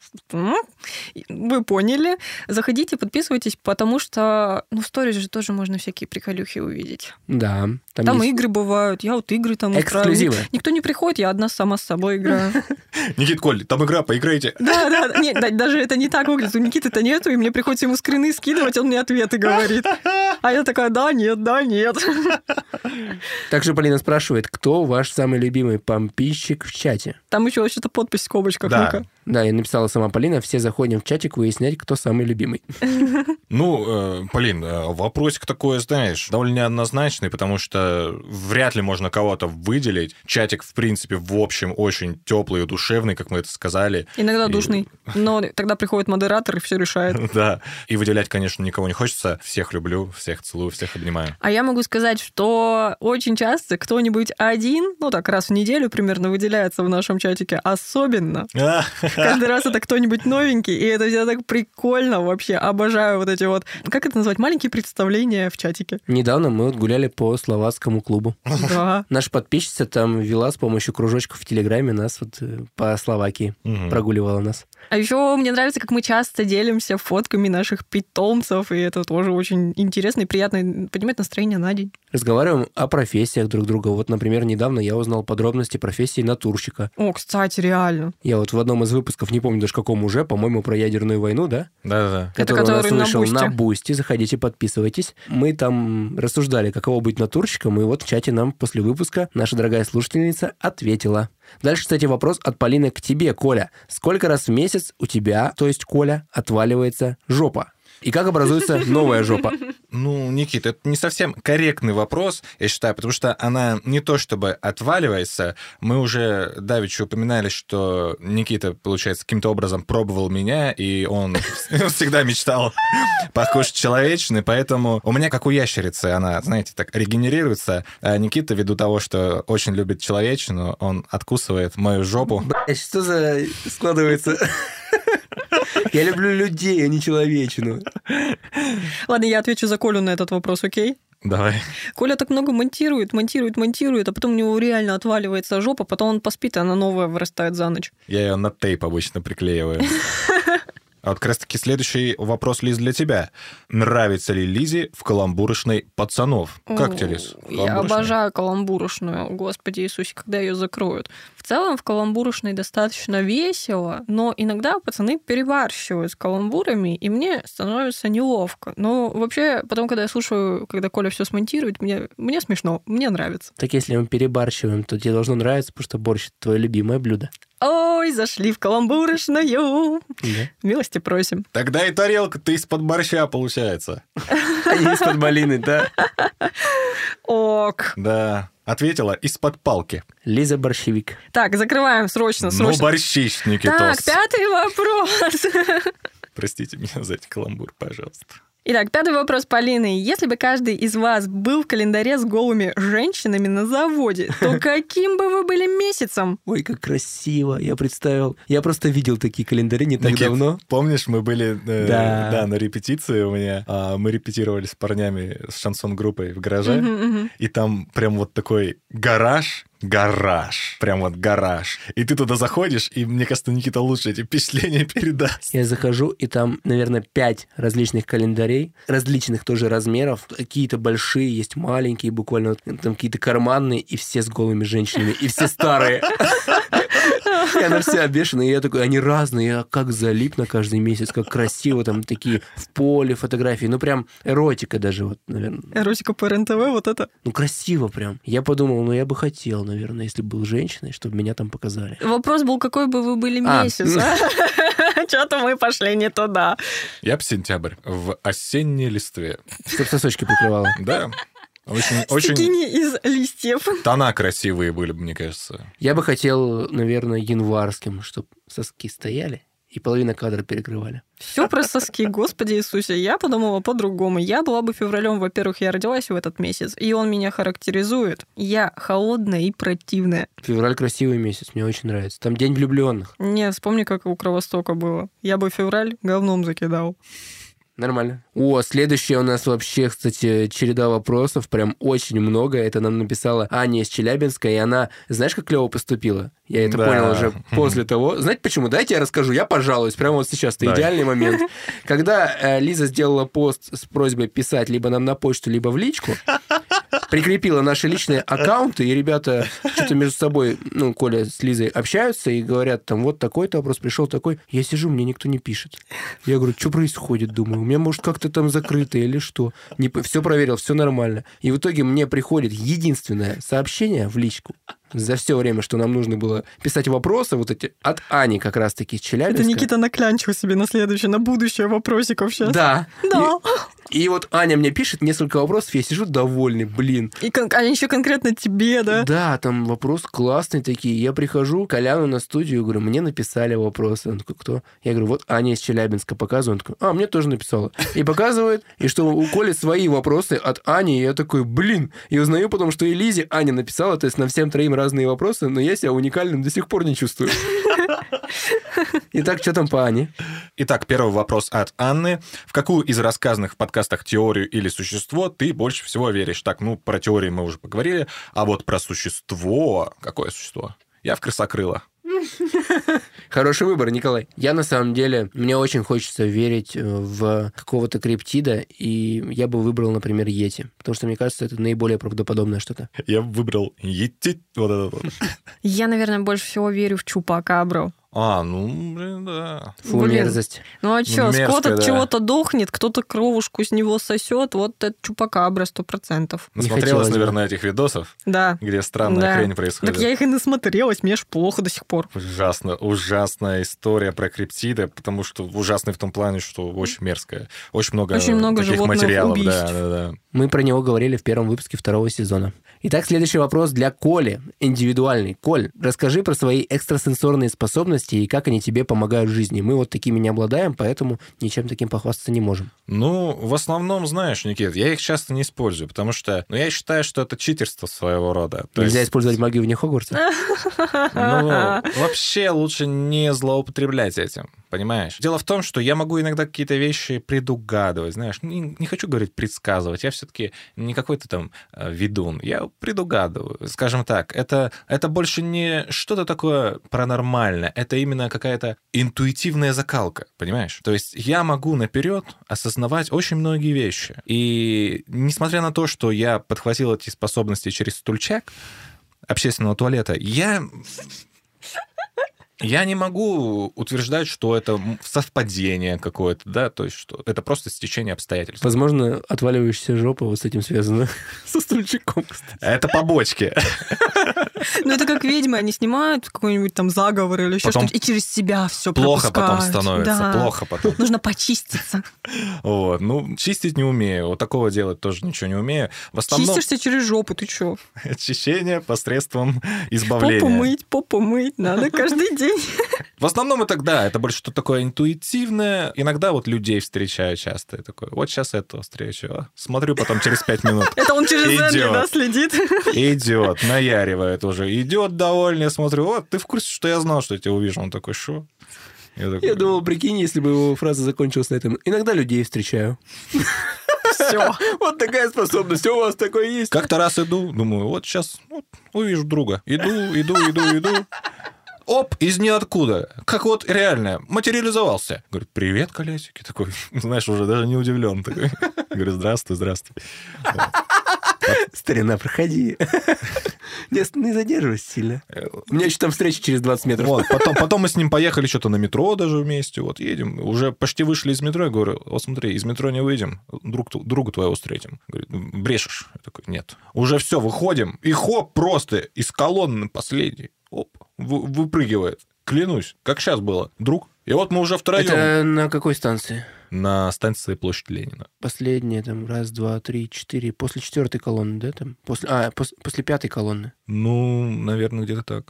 Вы поняли. Заходите, подписывайтесь, потому что, в сторис же тоже можно всякие приколюхи увидеть. Да. Там игры бывают. Я игры там эксклюзивы. Никто не приходит, я одна сама с собой играю. Никит, Коль, там игра, поиграйте. Да. Нет, даже это не так выглядит. У Никиты-то нету, и мне приходится ему скрины скидывать, он мне ответы говорит. А я такая: да, нет. Также Полина спрашивает, кто ваш самый любимый помпищик в чате? Там еще что-то подпись в скобочках. Да. Ну-ка. Да, я написала сама Полина, все заходим в чатик выяснять, кто самый любимый. Полин, вопросик такой, знаешь, довольно неоднозначный, потому что вряд ли можно кого-то выделить. Чатик, в принципе, в общем, очень теплый и душевный, как мы это сказали. Иногда душный, но тогда приходит модератор и все решает. Да, и выделять, конечно, никого не хочется. Всех люблю, всех целую, всех обнимаю. А я могу сказать, что очень часто кто-нибудь один, так раз в неделю примерно выделяется в нашем чатике, особенно. Каждый раз это кто-нибудь новенький, и это всегда так прикольно вообще. Обожаю вот эти как это назвать, маленькие представления в чатике. Недавно мы гуляли по словацкому клубу. Да. Наша подписчица там вела с помощью кружочков в Телеграме нас по Словакии, прогуливала нас. А еще мне нравится, как мы часто делимся фотками наших питомцев, и это тоже очень интересно и приятно поднимать настроение на день. Разговариваем о профессиях друг друга. Вот, например, недавно я узнал подробности профессии натурщика. О, кстати, реально. Я в одном из выпусков, не помню даже каком уже, по-моему, про ядерную войну, да? Да. Который у нас вышел на Бусти. Заходите, подписывайтесь. Мы там рассуждали, каково быть натурщиком, и в чате нам после выпуска наша дорогая слушательница ответила. Дальше, кстати, вопрос от Полины к тебе, Коля. Сколько раз в месяц у тебя, то есть Коля, отваливается жопа? И как образуется новая жопа? Никита, это не совсем корректный вопрос, я считаю, потому что она не то чтобы отваливается. Мы уже давеча упоминали, что Никита, получается, каким-то образом пробовал меня, и он всегда мечтал покушать человечины, поэтому у меня, как у ящерицы, она, знаете, так регенерируется, а Никита, ввиду того, что очень любит человечину, он откусывает мою жопу. Блядь, что за складывается... Я люблю людей, а не человечину. Ладно, я отвечу за Колю на этот вопрос, окей? Давай. Коля так много монтирует, а потом у него реально отваливается жопа, потом он поспит, и она новая вырастает за ночь. Я ее на тейп обычно приклеиваю. А вот как раз-таки следующий вопрос, Лиз, для тебя. Нравится ли Лизе в каламбурочной пацанов? Как тебе, Лиз? Я обожаю каламбурочную. Господи Иисусе, когда ее закроют. В целом в каламбурочной достаточно весело, но иногда пацаны перебарщивают с каламбурами, и мне становится неловко. Но вообще, потом, когда я слушаю, когда Коля все смонтирует, мне смешно, мне нравится. Так если мы перебарщиваем, то тебе должно нравиться, потому что борщ — твое любимое блюдо. Ой, зашли в каламбурочную. Да. Милости просим. Тогда и тарелка-то из-под борща получается. А не из-под малины, да? Ок. Да. Ответила из-под палки. Лиза борщевик. Так, закрываем срочно. Борщищ, Никитос. Так, 5-й вопрос. Простите меня за этот каламбур, пожалуйста. Итак, 5-й вопрос Полины. Если бы каждый из вас был в календаре с голыми женщинами на заводе, то каким бы вы были месяцем? Ой, как красиво. Я представил. Я просто видел такие календари не так Никит, давно. помнишь, мы были Да. на репетиции у меня. Мы репетировали с парнями, с шансон-группой в гараже. И там прям вот такой гараж. Прям вот гараж. И ты туда заходишь, и мне кажется, Никита лучше эти впечатления передаст. Я захожу, и там, наверное, 5 различных календарей, различных тоже размеров. Какие-то большие, есть маленькие, буквально там какие-то карманные, и все с голыми женщинами, и все старые. И она вся обешенная, и я такой, они разные, я как залип на каждый месяц, как красиво, там такие в поле фотографии, прям эротика даже, наверное. Эротика по РЕН-ТВ, вот это. Красиво прям. Я подумал, я бы хотел, наверное, если бы был женщиной, чтобы меня там показали. Вопрос был, какой бы вы были месяц, Что-то мы пошли не туда. Я бы сентябрь в осенней листве. Чтоб сосочки прикрывала. Да. Очень Стекини из листьев. тона красивые были бы, мне кажется. Я бы хотел, наверное, январским, чтобы соски стояли, и половина кадра перекрывали. Все про соски, Господи Иисусе. Я подумала по-другому. Я была бы февралем, во-первых, я родилась в этот месяц, и он меня характеризует. Я холодная и противная. Февраль красивый месяц, мне очень нравится. Там день влюбленных. Не, вспомни, как у Кровостока было. Я бы февраль говном закидал. Нормально. Следующая у нас вообще, кстати, череда вопросов, прям очень много. Это нам написала Аня из Челябинска, и она, знаешь, как клево поступила? Я это понял уже после того. Знаете почему? Дайте я расскажу, я пожалуюсь прямо вот сейчас. Это идеальный момент. Когда Лиза сделала пост с просьбой писать либо нам на почту, либо в личку, прикрепила наши личные аккаунты, и ребята что-то между собой, Коля с Лизой общаются и говорят, там, вот такой-то вопрос, пришел такой. Я сижу, мне никто не пишет. Я говорю, что происходит, думаю, у меня, может, как-то там закрыто или что. Все проверил, все нормально. И в итоге мне приходит единственное сообщение в личку за все время, что нам нужно было писать вопросы, вот эти, от Ани как раз-таки из Челябинска. Это Никита наклянчил себе на будущее вопросиков сейчас. Да. Да. И вот Аня мне пишет несколько вопросов, я сижу довольный, блин. И они еще конкретно тебе, да? Да, там вопросы классные такие. Я прихожу к Коляну на студию, говорю, мне написали вопросы. Он такой, кто? Я говорю, вот Аня из Челябинска, показываю. Он такой, мне тоже написала. И показывает, и что у Коли свои вопросы от Ани. И я такой, блин. И узнаю потом, что и Лизе Аня написала, то есть нам всем троим разные вопросы, но я себя уникальным до сих пор не чувствую. Итак, что там по Ане? Итак, первый вопрос от Анны. В какую из рассказанных в подкастах теорию или существо ты больше всего веришь? Так, про теорию мы уже поговорили, а вот про существо... Какое существо? Я в крысокрыла. Хороший выбор, Николай. Я, на самом деле, мне очень хочется верить в какого-то криптида, и я бы выбрал, например, йети, потому что, мне кажется, это наиболее правдоподобное что-то. Я выбрал йети. Вот это вот. Я, наверное, больше всего верю в чупакабру. Да. Фу, мерзость. Ну а что, Мерзко, скот от да. чего-то дохнет, кто-то кровушку с него сосет, вот это чупакабра 100%. Насмотрелась, наверное, этих видосов, Да. где странная хрень происходит. Так я их и насмотрелась, мне ж плохо до сих пор. Ужасная история про криптиды, потому что ужасный в том плане, что очень мерзкая. Очень много таких животных материалов. убийств. Да. Мы про него говорили в первом выпуске 2-го сезона. Итак, следующий вопрос для Коли, индивидуальный. Коль, расскажи про свои экстрасенсорные способности и как они тебе помогают в жизни. Мы вот такими не обладаем, поэтому ничем таким похвастаться не можем. В основном, знаешь, Никит, я их часто не использую, потому что, я считаю, что это читерство своего рода. Нельзя использовать магию вне Хогвартса? Вообще лучше не злоупотреблять этим, понимаешь? Дело в том, что я могу иногда какие-то вещи предугадывать, знаешь. Не хочу говорить предсказывать, я все-таки не какой-то там ведун, я предугадываю. Скажем так, это больше не что-то такое паранормальное, это именно какая-то интуитивная закалка, понимаешь? То есть я могу наперед осознавать очень многие вещи. И несмотря на то, что я подхватил эти способности через стульчак общественного туалета, я не могу утверждать, что это совпадение какое-то, да, то есть что это просто стечение обстоятельств. Возможно, отваливающаяся жопа вот с этим связана. Со стульчиком, кстати. Это побочки. Это как ведьмы, они снимают какой-нибудь там заговор или еще что-то, и через себя все плохо потом пропускают. становится, Да. плохо потом. Нужно почиститься. Чистить не умею, вот такого делать тоже ничего не умею. В основном Чистишься через жопу, ты что? очищение посредством избавления. Попу мыть надо каждый день. В основном это больше что-то такое интуитивное. Иногда людей встречаю часто. Я такой, вот сейчас этого встречу. Смотрю потом через 5 минут. Это он через Энли, да, следит? Идет, наяривает уже. Идет довольный, я смотрю, вот, ты в курсе, что я знал, что я тебя увижу? Он такой, шо? Я думал, прикинь, если бы его фраза закончилась на этом. Иногда людей встречаю. Все. Вот такая способность у вас такой есть. Как-то раз иду, думаю, вот сейчас увижу друга. Иду. Оп, из ниоткуда. Как вот реально, материализовался. Говорит, привет, колесики. Такой, знаешь, уже даже не удивлен. Такой. Говорю, здравствуй. Старина, проходи. Не задерживайся сильно. У меня еще там встреча через 20 метров. Потом мы с ним поехали что-то на метро даже вместе. Вот едем. Уже почти вышли из метро. Я говорю, вот смотри, из метро не выйдем. Друга твоего встретим. Говорит, брешешь. Я такой, нет. Уже все, выходим. И хоп, просто из колонны последней. Оп, выпрыгивает. Клянусь, как сейчас было. Друг. И вот мы уже втроем. Это на какой станции? На станции Площадь Ленина. Последняя, там, 1, 2, 3, 4. После 4-й колонны, да? Там? После 5-й колонны. Наверное, где-то так.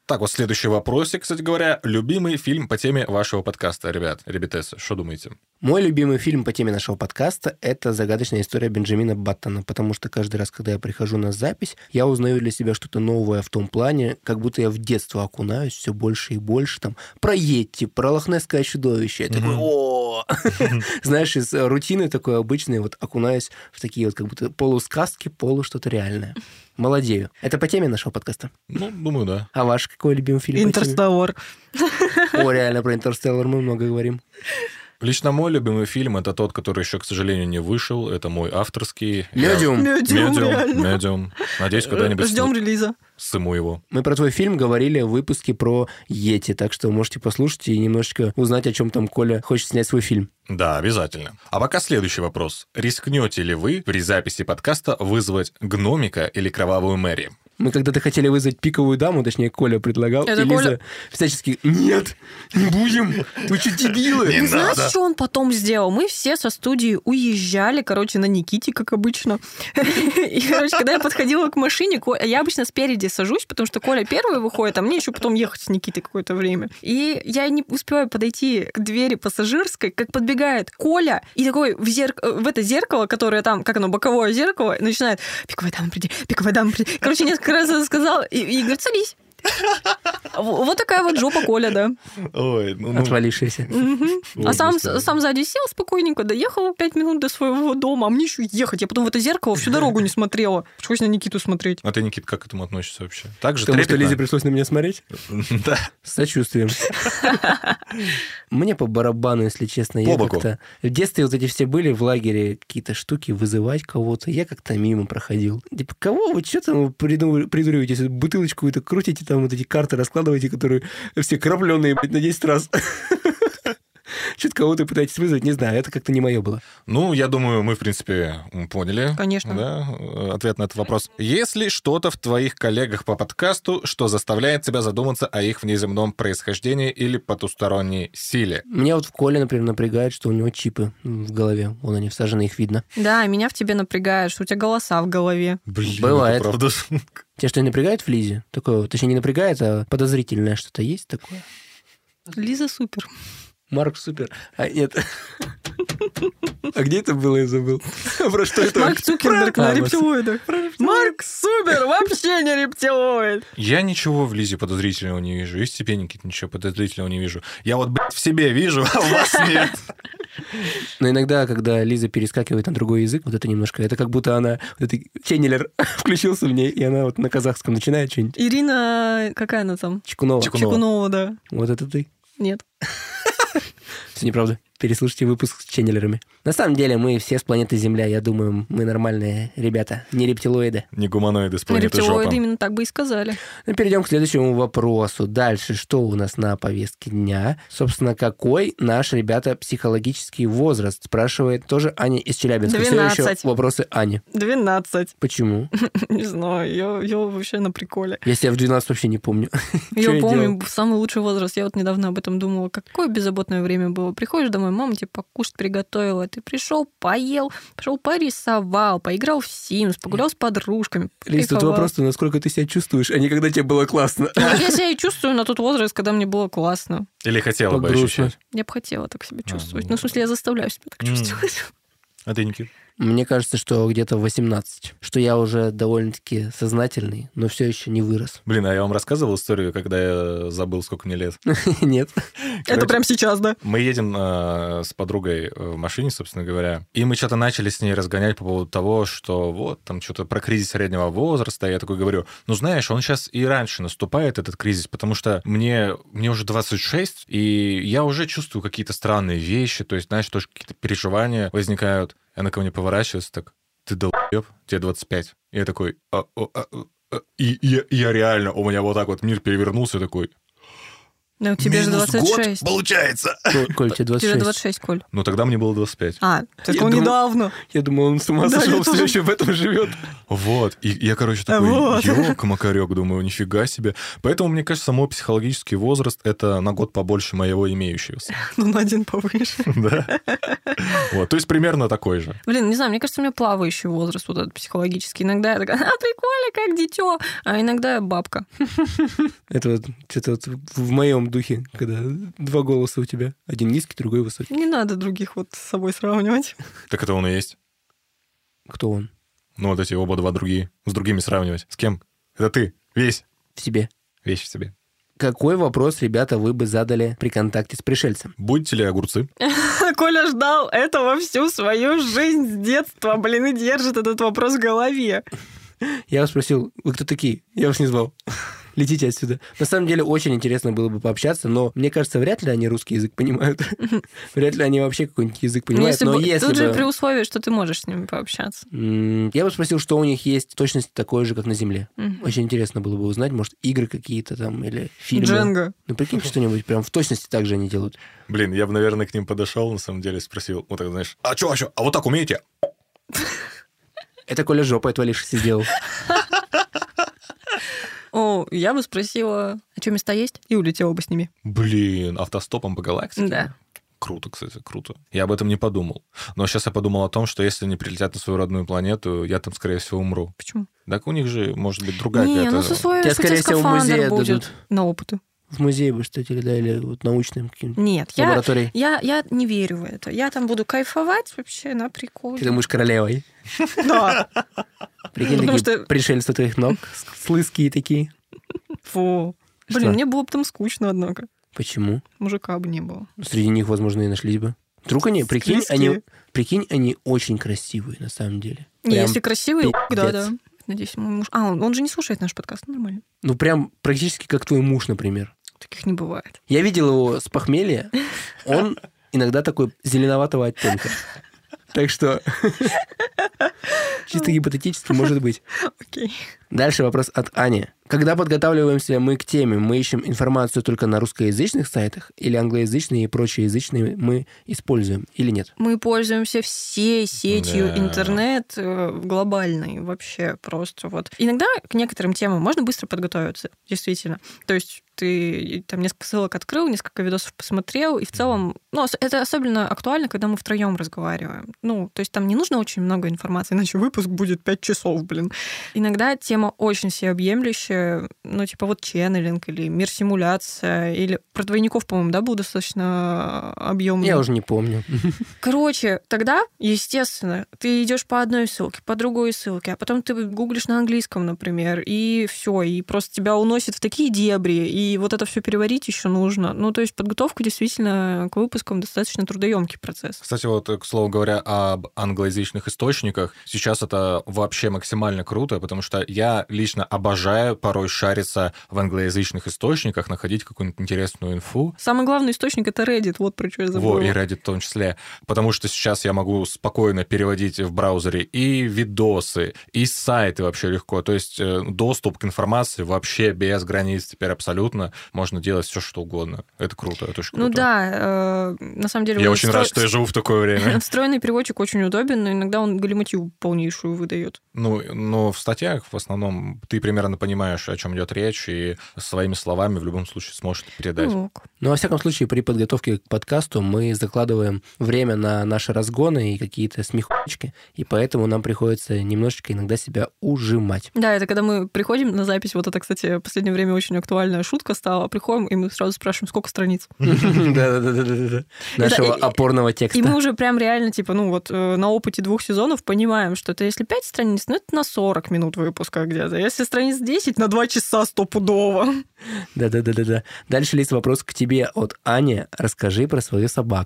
Так, вот следующий вопросик, кстати говоря. Любимый фильм по теме вашего подкаста, ребятесы, что думаете? Мой любимый фильм по теме нашего подкаста — это «Загадочная история Бенджамина Баттона», потому что каждый раз, когда я прихожу на запись, я узнаю для себя что-то новое в том плане, как будто я в детство окунаюсь все больше и больше, там, про Йетти, про лохнесское чудовище. Я такой, о знаешь, из рутины такой обычной вот окунаюсь в такие вот как будто полусказки, полу что-то реальное. Молодею. Это по теме нашего подкаста? Ну, думаю, да. А ваш какой любимый фильм? «Интерстеллар». О, реально, про «Интерстеллар» мы много говорим. Лично мой любимый фильм — это тот, который еще, к сожалению, не вышел. Это мой авторский. «Медиум». Медиум. Надеюсь, когда-нибудь Ждем релиза. сыму его. Мы про твой фильм говорили в выпуске про Йети, так что можете послушать и немножечко узнать, о чем там Коля хочет снять свой фильм. Да, обязательно. А пока следующий вопрос. Рискнете ли вы при записи подкаста вызвать гномика или кровавую Мэри? Мы когда-то хотели вызвать пиковую даму, точнее, Коля предлагал, Это и Лиза Коля? всячески «Нет, не будем, вы что, дебилы?» Вы знаете, что он потом сделал? Мы все со студии уезжали, на Никите, как обычно. И, когда я подходила к машине, я обычно спереди сажусь, потому что Коля первый выходит, а мне еще потом ехать с Никитой какое-то время. И я не успеваю подойти к двери пассажирской, как подбегает Коля, и такой в это зеркало, которое там, как оно, боковое зеркало, начинает «Пиковая дама, приди, пиковая дама, приди». Несколько раз это сказал, и говорит, садись. Вот такая вот жопа Коля, да. Ой, Отвалившийся. А сам сзади сел спокойненько, доехал 5 минут до своего дома, а мне еще ехать. Я потом в это зеркало всю дорогу не смотрела. Пришлось на Никиту смотреть. А ты, Никит, как к этому относишься вообще? Так же Потому что трепетно? Лизе пришлось на меня смотреть? Да. С сочувствием. Мне по барабану, если честно. По Я боку. как-то... В детстве вот эти все были в лагере какие-то штуки, вызывать кого-то. Я как-то мимо проходил. Типа, кого вы что там придуриваетесь? Бутылочку это крутите, там вот эти карты раскладываете, которые все крапленые, блядь, на 10 раз. Что-то кого-то пытаетесь вызвать, не знаю, это как-то не мое было. Ну, я думаю, мы, в принципе, поняли. Конечно. Да, ответ на этот вопрос. Есть ли что-то в твоих коллегах по подкасту, что заставляет тебя задуматься о их внеземном происхождении или потусторонней силе? Меня вот в Коле, например, напрягает, что у него чипы в голове. Вон они всажены, их видно. Да, меня в тебе напрягает, что у тебя голоса в голове. Блин, Бывает. это правда. Тебя что, не напрягает в Лизе? Такое, точнее, не напрягает, а подозрительное что-то есть такое? Лиза супер. Марк супер. А нет. А где это было, я забыл? Про что это? Марк Цукерберг на Марк рептилоидах. Марк супер, вообще не рептилоид. Я ничего в Лизе подозрительного не вижу. И в тебе, Никит, ничего подозрительного не вижу. Я вот, блядь, в себе вижу, а в вас нет. Но иногда, когда Лиза перескакивает на другой язык, вот это немножко, это как будто она, вот этот ченнелер включился в ней, и она вот на казахском начинает что-нибудь. Ирина, какая она там? Чекунова. Чекунова, да. Вот это ты. Нет. Все неправда. Переслушайте выпуск с ченнелерами. На самом деле мы все с планеты Земля, я думаю, мы нормальные ребята, не рептилоиды. Не гуманоиды с планеты Рептилоиды жопа. именно так бы и сказали. Ну, перейдем к следующему вопросу. Дальше, что у нас на повестке дня? Собственно, какой наш, ребята, психологический возраст? Спрашивает тоже Аня из Челябинска. 12. Все еще вопросы Ани. 12. Почему? Не знаю, я вообще на приколе. Я себя в 12 вообще не помню. Чё Я помню, делал? самый лучший возраст. Я вот недавно об этом думала. Какое беззаботное время было. Приходишь домой, мама тебе покушать приготовила. Ты пришел, поел, пошел порисовал, поиграл в Sims, погулял с подружками. Лиз, тут кайфовал. вопрос, насколько ты себя чувствуешь, а не когда тебе было классно. Ну, я себя и чувствую на тот возраст, когда мне было классно. Или хотела бы Грустно. ощущать. Я бы хотела так себя чувствовать. ну, Ну, в смысле, я заставляю себя так чувствовать. А ты, Никит? Мне кажется, что где-то 18. Что я уже довольно-таки сознательный, но все еще не вырос. Блин, а я вам рассказывал историю, когда я забыл, сколько мне лет? Нет. Это прям сейчас, да? Мы едем с подругой в машине, собственно говоря, и мы что-то начали с ней разгонять по поводу того, что вот там что-то про кризис среднего возраста. Я такой говорю, ну знаешь, он сейчас и раньше наступает, этот кризис, потому что мне уже 26, и я уже чувствую какие-то странные вещи, то есть, знаешь, тоже какие-то переживания возникают. И она ко мне поворачивается так, ты долбёб, тебе 25. И я такой, и я реально, у меня вот так вот мир перевернулся, такой... Да, у тебя же Минус 26. год получается. Коль, тебе Тебе 26. 26, Коль. Ну, тогда мне было 25. А, так Я он думал- недавно. Я думал, он с ума Да, сошел, я все тоже. еще в этом живет. Вот. И я, короче, такой, Вот. ёк-макарёк, думаю, нифига себе. Поэтому, мне кажется, мой психологический возраст — это на год побольше моего имеющегося. Ну, на один повыше. Да. Вот, то есть примерно такой же. Блин, не знаю, мне кажется, у меня плавающий возраст вот этот психологический. Иногда я такая, прикольно, как дитё. А иногда я бабка. Это вот что-то вот в моем духе, когда два голоса у тебя. Один низкий, другой высокий. Не надо других вот с собой сравнивать. Так это он и есть. Кто он? Ну, вот эти оба два другие. С другими сравнивать. С кем? Это ты. Весь. В себе. Вещь в себе. Какой вопрос, ребята, вы бы задали при контакте с пришельцем? Будете ли огурцы? Коля ждал этого всю свою жизнь с детства, блин, и держит этот вопрос в голове. Я вас спросил, вы кто такие? Я вас не звал. Летите отсюда. На самом деле, очень интересно было бы пообщаться, но мне кажется, вряд ли они русский язык понимают. Вряд ли они вообще какой-нибудь язык понимают. Но если Тут же бы... при условии, что ты можешь с ними пообщаться. Я бы спросил, что у них есть в точности такое же, как на Земле. Мгм. Очень интересно было бы узнать, может, игры какие-то там или фильмы. Дженга. Ну, прикинь, что-нибудь прям в точности так же они делают. Блин, я бы, наверное, к ним подошел, на самом деле, спросил, вот так, знаешь, а чё? А вот так умеете? Это Коля жопой отвалившийся сделал. О, я бы спросила, а что, места есть? И улетела бы с ними. Блин, автостопом по галактике? Да. Круто, кстати, круто. Я об этом не подумал. Но сейчас я подумал о том, что если они прилетят на свою родную планету, я там, скорее всего, умру. Почему? Так у них же, может быть, другая Не, какая-то... ну с условием, Тебя, что тебе скорее всего, в скафандр музее будет отдадут. на опыты. В музее бы что-то или, да, или вот научным каким-то Нет, лабораторией. я не верю в это. Я там буду кайфовать вообще на приколе. Ты думаешь, королевой? Да. Прикинь, Потому такие что- пришельцы твоих ног, слызкие такие. Фу. Что? Блин, мне было бы там скучно, однако. Почему? Мужика бы не было. Среди них, возможно, и нашлись бы. Вдруг они, прикинь, Слизкие. они очень красивые, на самом деле. Не, Прям, если красивый, пиздец. да. Надеюсь, мой муж... он же не слушает наш подкаст, нормально. ну, прям практически как твой муж, например. Таких не бывает. Я видел его с похмелья. Он иногда такой зеленоватого оттенка. Так что чисто гипотетически может быть. Окей. Дальше вопрос от Ани. Когда подготавливаемся мы к теме, мы ищем информацию только на русскоязычных сайтах или англоязычные и прочие язычные мы используем или нет? Мы пользуемся всей сетью Да. интернет глобальной вообще просто вот. Иногда к некоторым темам можно быстро подготовиться, действительно. То есть ты там несколько ссылок открыл, несколько видосов посмотрел, и в целом, ну, это особенно актуально, когда мы втроем разговариваем. Ну, то есть там не нужно очень много информации, иначе выпуск будет 5 часов, блин. Иногда тема очень всеобъемлющая, ну, типа вот ченнелинг или мир-симуляция, или про двойников, по-моему, да, был достаточно объемный. Я уже не помню. Короче, тогда, естественно, ты идешь по одной ссылке, по другой ссылке, а потом ты гуглишь на английском, например, и все, и просто тебя уносит в такие дебри, и вот это все переварить еще нужно. Ну, то есть подготовка действительно к выпускам достаточно трудоемкий процесс. Кстати, вот, к слову говоря, об англоязычных источниках, сейчас это вообще максимально круто, потому что я лично обожаю порой шариться в англоязычных источниках, находить какую-нибудь интересную инфу. Самый главный источник — это Reddit, вот про что я забыла. Во, и Reddit в том числе. Потому что сейчас я могу спокойно переводить в браузере и видосы, и сайты вообще легко. То есть доступ к информации вообще без границ теперь абсолютно. Можно делать все, что угодно. Это круто, это очень круто. Ну да, на самом деле... Я очень рад, что я живу в такое время. Встроенный переводчик очень удобен, но иногда он галиматью полнейшую выдает. Ну, но в статьях в основном ты примерно понимаешь, о чем идет речь, и своими словами в любом случае сможешь это передать. Ну, ок. Но, во всяком случае, при подготовке к подкасту мы закладываем время на наши разгоны и какие-то смехучки, и поэтому нам приходится немножечко иногда себя ужимать. Да, это когда мы приходим на запись, вот это, кстати, в последнее время очень актуальная шутка стала, приходим, и мы сразу спрашиваем, сколько страниц. Да-да-да. Нашего опорного И мы текста. уже прям реально, типа, ну вот на опыте 2 сезонов понимаем, что это если 5 страниц, ну это на 40 минут выпуска где-то. Если страниц 10, на 2 часа стопудово. Да-да-да-да. Дальше есть вопрос к тебе от Ани. Расскажи про свою собаку.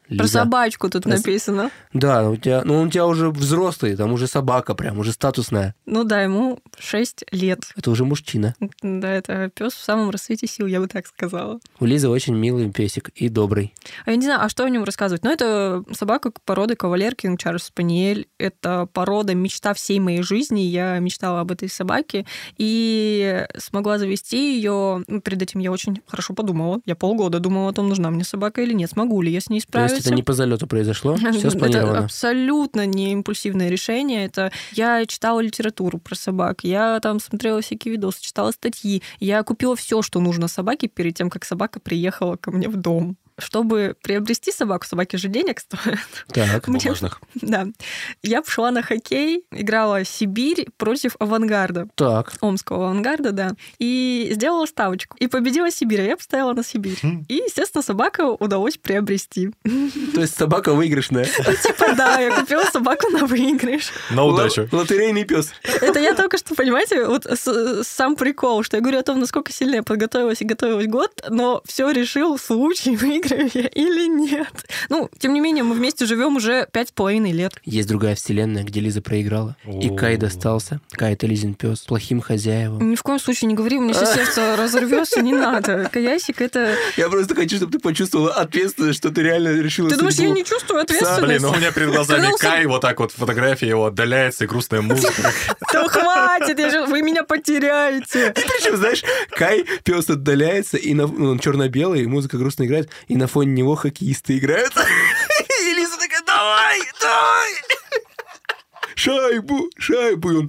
Про собачку тут написано. Да, у тебя уже взрослый, там уже собака прям, уже статусная. Ну да, ему 6 лет. Это уже мужчина. Да, это пес в самом расцвете сил, я бы так сказала. У Лизы очень милый песик и добрый. А я не знаю, а что о нем рассказывать? Ну, это собака породы кавалер Кинг Чарльз Спаниель. Это порода мечта всей моей жизни. Я мечтала об этой собаке и смогла завести ее. Перед этим я очень хорошо подумала. Я полгода думала о том, нужна мне собака или нет, смогу ли я с ней справиться. То есть это не по залету произошло? Все спланировано? Это абсолютно не импульсивное решение. Это я читала литературу про собак, я там смотрела всякие видосы, читала статьи. Я купила все, что нужно собаке перед тем, как собака приехала ко мне в дом. Чтобы приобрести собаку, собаки же денег стоят. Так, Бумажных. Да. Я пошла на хоккей, играла Сибирь против Авангарда. Так. Омского Авангарда, да. И сделала ставочку. И победила Сибирь, а я поставила на Сибирь. И, естественно, собаку удалось приобрести. То есть собака выигрышная? Типа, да, я купила собаку на выигрыш. На удачу. Лотерейный пес. Это я только что, понимаете, вот сам прикол, что я говорю о том, насколько сильно я подготовилась и готовилась год, но все решил случай, выиграю я или нет. Ну, тем не менее, мы вместе живем уже 5,5 лет. Есть другая вселенная, где Лиза проиграла. И Кай достался. Кай — это Лизин пес, плохим хозяевам. Ни в коем случае не говори, у меня сейчас сердце разорвется, не надо. Каясик — это... Я просто хочу, чтобы ты почувствовала ответственность, что ты реально решила Ты думаешь, я судьбу. не чувствую ответственность? Блин, у меня перед глазами Пожалуйста. Кай, вот так вот фотография его отдаляется, и грустная музыка. Да хватит, вы меня потеряете. Причем, знаешь, Кай, пес отдаляется, и он черно-белый, музыка грустно играет, и на фоне него хоккеисты играют. И Лиза такая: давай, давай! Шайбу, шайбу. И он...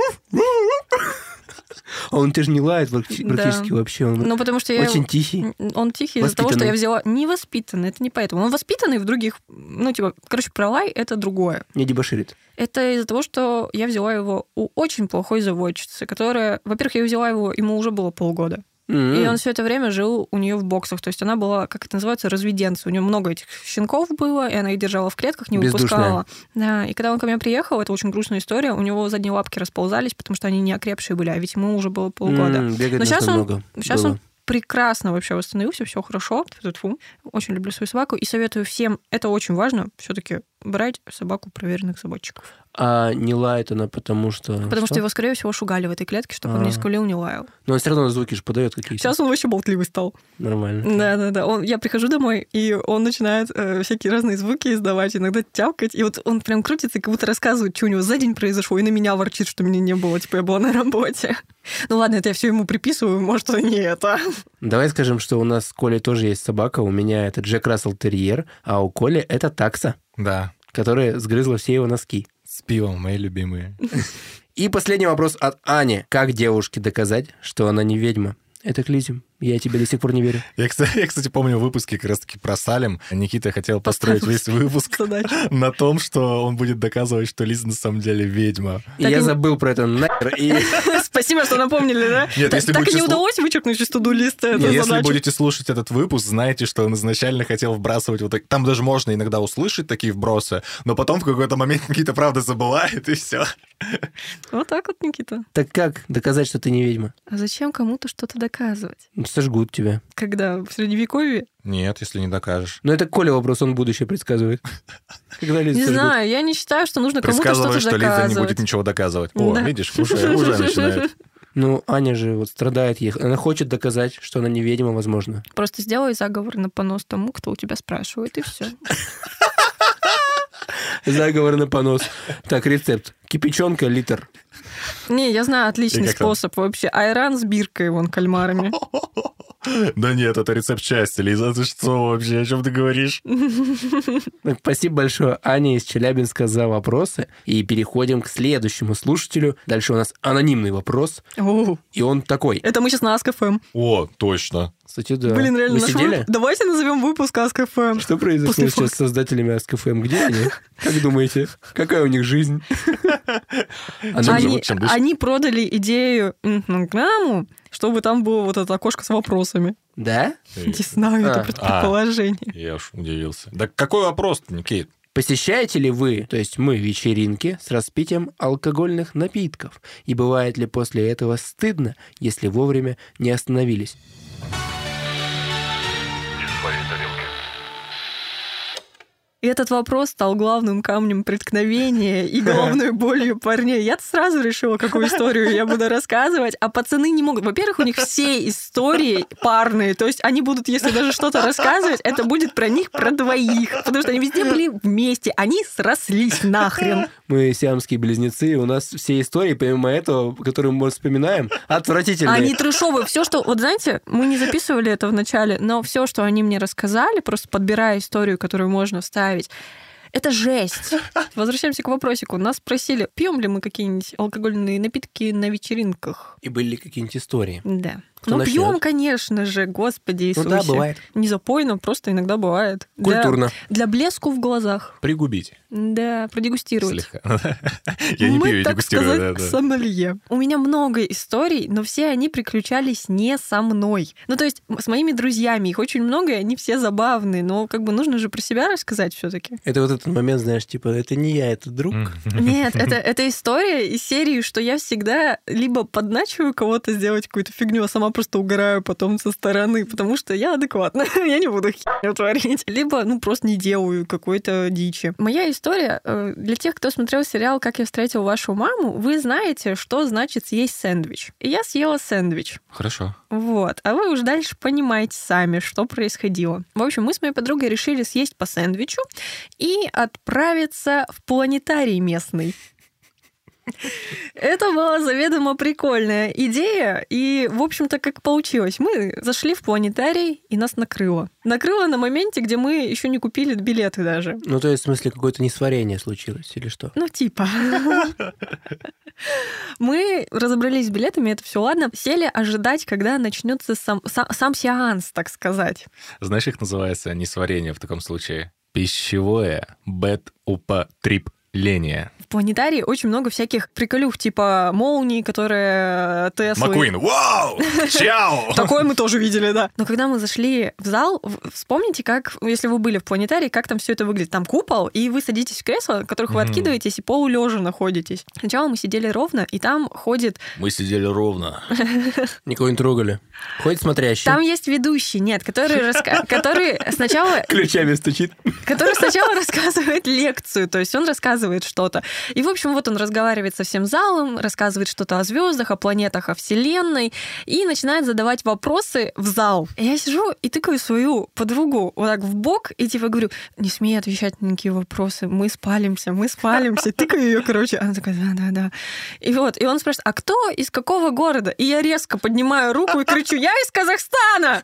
А он же не лает практически вообще. Он Ну, потому что очень тихий. Он тихий из-за того, что я взяла... Невоспитанный, это не поэтому. Он воспитанный в других... Ну, типа, короче, про лай — это другое. Не дебоширит. Это из-за того, что я взяла его у очень плохой заводчицы, которая... Во-первых, я взяла его, ему уже было полгода. И он все это время жил у нее в боксах. То есть она была, как это называется, разведенца. У нее много этих щенков было, и она их держала в клетках, не выпускала. Да. И когда он ко мне приехал, это очень грустная история, у него задние лапки расползались, потому что они не окрепшие были, а ведь ему уже было полгода. Но сейчас он прекрасно вообще восстановился, все хорошо. Тьфу-тьфу. Очень люблю свою собаку и советую всем, это очень важно, все-таки брать собаку проверенных заводчиков. А не лает она потому что... Потому что его, скорее всего, шугали в этой клетке, чтобы он не скулил, не лаял. Но он все равно звуки же подает какие-то. Сейчас он вообще болтливый стал. Нормально. Да. Я прихожу домой, и он начинает всякие разные звуки издавать, иногда тявкать. И вот он прям крутится, как будто рассказывает, что у него за день произошло, и на меня ворчит, что меня не было. Типа, я была на работе. Ну ладно, это я все ему приписываю, может, это не это. Давай скажем, что у нас с Колей тоже есть собака. У меня это Джек Рассел Терьер, а у Коли это такса. Да. Которая сгрызла все его носки. С пивом, мои любимые. И последний вопрос от Ани. Как девушке доказать, что она не ведьма? Это к Лизе. Я тебе до сих пор не верю. Я, кстати, помню выпуски как раз-таки про Салем. Никита хотел построить весь выпуск на том, что он будет доказывать, что Лиза на самом деле ведьма. И я забыл про это нахер. Спасибо, что напомнили, да? Нет, если так и не удалось вычеркнуть из to-do листа эту задачу. Если будете слушать этот выпуск, знаете, что он изначально хотел вбрасывать вот так. Там даже можно иногда услышать такие вбросы, но потом в какой-то момент Никита правда забывает, и все. Вот так вот, Никита. Так как доказать, что ты не ведьма? А зачем кому-то что-то доказывать? Сожгут тебя. Когда? В Средневековье? Нет, если не докажешь. Но это Коля вопрос, он будущее предсказывает. Когда Лиза не сожгут? знаю, я не считаю, что нужно кому-то что-то Предсказываю, что доказывать. Лиза не будет ничего доказывать. О, Да. видишь, уже начинает. Ну, Аня же вот страдает. Она хочет доказать, что она не ведьма, возможно. Просто сделай заговор на понос тому, кто у тебя спрашивает, и все. Заговор на понос. Так, рецепт. Кипяченка, литр. Не, я знаю отличный И как там? способ вообще. Айран с биркой, вон, кальмарами. Да нет, это рецепт счастья, Лиза. Ты что вообще, о чем ты говоришь? Так, спасибо большое, Аня из Челябинска, за вопросы. И переходим к следующему слушателю. Дальше у нас анонимный вопрос. О, И он такой. это мы сейчас на Ask.fm. О, точно. Кстати, да. Блин, реально, Вы наш сидели? выпуск- Давайте назовем выпуск Ask.fm. Что произошло После сейчас с создателями Ask.fm? Где они? Как думаете? Какая у них жизнь? Чем живут, чем дышат? Они продали идею Инстаграму, чтобы там было вот это окошко с вопросами. Да? Не знаю, это предположение. Я уж удивился. Да какой вопрос-то, Никит? Посещаете ли вы, то есть мы, вечеринки с распитием алкогольных напитков? И бывает ли после этого стыдно, если вовремя не остановились? И этот вопрос стал главным камнем преткновения и головной болью парней. Я сразу решила, какую историю я буду рассказывать, а пацаны не могут. Во-первых, у них все истории парные, то есть они будут, если даже что-то рассказывать, это будет про них, про двоих, потому что они везде были вместе, они срослись нахрен. Мы сиамские близнецы, и у нас все истории, помимо этого, которые мы вспоминаем, отвратительные. Они трешовые. Все, что... Вот знаете, мы не записывали это в начале, но все, что они мне рассказали, просто подбирая историю, которую можно вставить, это жесть. Возвращаемся к вопросику. Нас спросили, пьем ли мы какие-нибудь алкогольные напитки на вечеринках. И были ли какие-нибудь истории? Да. Кто начнет? Пьем, конечно же, Господи Иисусе. Ну да, бывает. Не запойно, просто иногда бывает. Культурно. Для блеску в глазах. Пригубите. Да, продегустировать. Слегка. Я не пью, я так дегустирую. сказать, сомелье. У меня много историй, но все они приключались не со мной. Ну, то есть с моими друзьями. Их очень много, и они все забавные. Но как бы нужно же про себя рассказать все-таки. Это вот этот момент, знаешь, типа, это не я, это друг. Нет, это история из серии, что я всегда либо подначиваю кого-то сделать какую-то фигню, а сама просто угораю потом со стороны, потому что я адекватна, я не буду херню творить. Либо, просто не делаю какой-то дичи. Моя история, для тех, кто смотрел сериал «Как я встретил вашу маму», вы знаете, что значит съесть сэндвич. И я съела сэндвич. Хорошо. Вот. А вы уж дальше понимаете сами, что происходило. В общем, мы с моей подругой решили съесть по сэндвичу и отправиться в планетарий местный. Это была заведомо прикольная идея, и, в общем-то, как получилось. Мы зашли в планетарий, и нас накрыло. Накрыло на моменте, где мы еще не купили билеты даже. Ну, то есть, в смысле, какое-то несварение случилось, или что? Ну, типа. Мы разобрались с билетами, это все ладно. Сели ожидать, когда начнется сам сеанс, так сказать. Знаешь, их называется несварение в таком случае? Пищевое бэт-употребление. В планетарии очень много всяких приколюх, типа молний, которые Теслы... Маккуин, вау! Чао! Такое мы тоже видели, да. Но когда мы зашли в зал, вспомните, как, если вы были в планетарии, как там все это выглядит. Там купол, и вы садитесь в кресло, в которых вы откидываетесь, и полулежа находитесь. Сначала мы сидели ровно, и там ходит... Мы сидели ровно. Никого не трогали. Ходит смотрящий. Там есть ведущий, нет, который сначала... Ключами стучит. Который сначала рассказывает лекцию, то есть он рассказывает что-то. И, в общем, вот он разговаривает со всем залом, рассказывает что-то о звездах, о планетах, о Вселенной, и начинает задавать вопросы в зал. И я сижу и тыкаю свою подругу вот так в бок и типа говорю, не смей отвечать на никакие вопросы, мы спалимся. Тыкаю ее, короче. Она такая, да. И вот, и он спрашивает, а кто из какого города? И я резко поднимаю руку и кричу, я из Казахстана!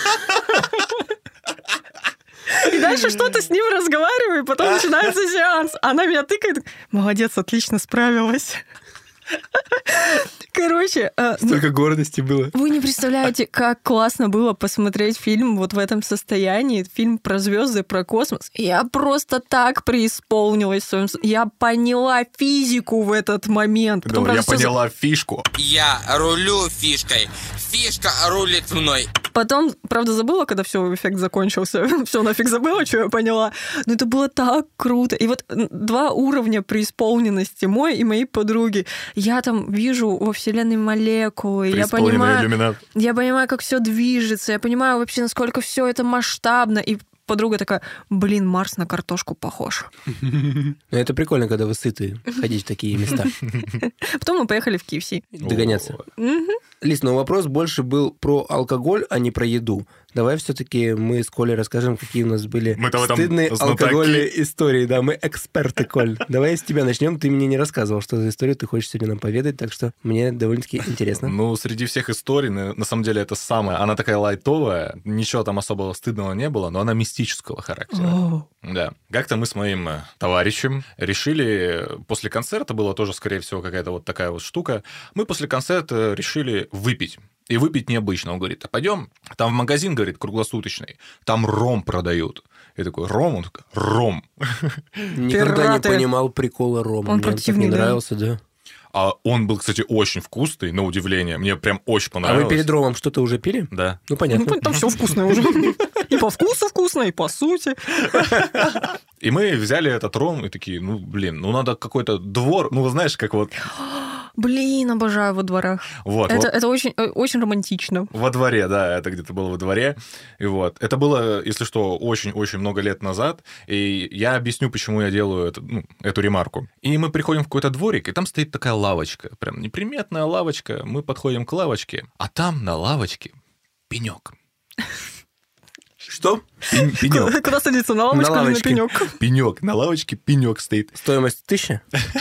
И дальше что-то с ним разговариваю, и потом начинается сеанс. Она меня тыкает. Молодец, отлично справилась. Короче... Столько гордости было. Вы не представляете, как классно было посмотреть фильм вот в этом состоянии. Фильм про звезды, про космос. Я просто так преисполнилась в своем... Я поняла физику в этот момент. Потом, я поняла фишку. Я рулю фишкой. Фишка рулит мной. Потом, правда, забыла, когда все эффект закончился. Все нафиг забыла, что я поняла. Но это было так круто. И вот 2 уровня преисполненности, мой и моей подруги. Я там вижу во Вселенной молекулы. Я понимаю, как все движется. Я понимаю вообще, насколько все это масштабно. И подруга такая, Марс на картошку похож. Это прикольно, когда вы сыты ходить в такие места. Потом мы поехали в KFC. Догоняться. Лиз, но вопрос больше был про алкоголь, а не про еду. Давай все-таки мы с Колей расскажем, какие у нас были стыдные алкогольные истории. Да, мы эксперты, Коль. Давай с тебя начнем. Ты мне не рассказывал, что за историю ты хочешь сегодня нам поведать, так что мне довольно-таки интересно. Ну, среди всех историй, на самом деле, это самая... Она такая лайтовая, ничего там особого стыдного не было, но она мистического характера. Да. Как-то мы с моим товарищем решили... После концерта было тоже, скорее всего, какая-то вот такая вот штука. Мы после концерта решили выпить. И выпить необычно. Он говорит, а пойдем, там в магазин, говорит, круглосуточный, там ром продают. Я такой, ром? Он такой, ром. Никогда не понимал прикола рома. Он мне противный, не нравился, да. А он был, кстати, очень вкусный, на удивление. Мне прям очень понравилось. А вы перед ромом что-то уже пили? Да. Ну, понятно. Там все вкусное уже. И по вкусу вкусно, и по сути. И мы взяли этот ром и такие, ну, надо какой-то двор, ну, знаешь, как вот... Блин, обожаю во дворах. Вот, Это очень, очень романтично. во дворе, да, это где-то было во дворе. И вот. Это было, если что, очень-очень много лет назад. И я объясню, почему я делаю эту ремарку. И мы приходим в какой-то дворик, и там стоит такая лавочка. Прям неприметная лавочка. Мы подходим к лавочке, а там на лавочке пенек. Что? Пенек. Куда садиться? На лавочку или на лавочке. пенек? Пенек. На лавочке пенек стоит. Стоимость 1000?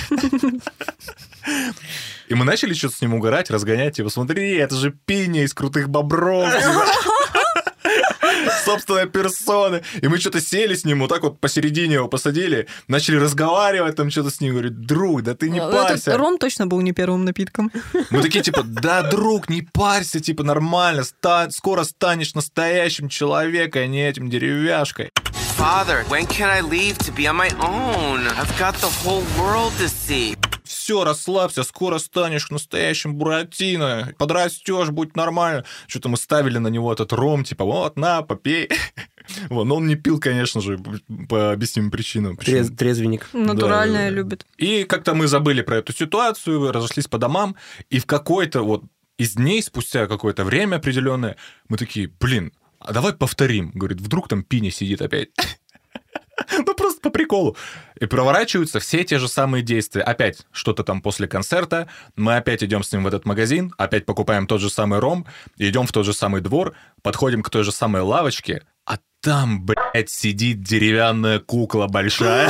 И мы начали что-то с ним угорать, разгонять. Типа, смотри, это же Пиня из «Крутых бобров». Собственная персона. И мы что-то сели с ним, вот так вот посередине его посадили, начали разговаривать, там что-то с ним, говорит, друг, да ты не парься. Ром точно был не первым напитком. Мы такие, типа, да, друг, не парься, типа, нормально, скоро станешь настоящим человеком, а не этим деревяшкой. Father, when can I leave to be on my own? I've got the whole world to see. Все, расслабься, скоро станешь настоящим Буратино, подрастешь, будь нормально. Что-то мы ставили на него этот ром, типа, вот, на, попей. Вот, но он не пил, конечно же, по объяснимым причинам. Трезвенник. Натуральное Да. любит. И как-то мы забыли про эту ситуацию, разошлись по домам, и в какой-то вот из дней, спустя какое-то время определенное, мы такие, блин, а давай повторим. Говорит, вдруг там Пиня сидит опять. Ну, просто по приколу. И проворачиваются все те же самые действия. Опять что-то там после концерта, мы опять идем с ним в этот магазин, опять покупаем тот же самый ром, идем в тот же самый двор, подходим к той же самой лавочке, а там, блядь, сидит деревянная кукла большая.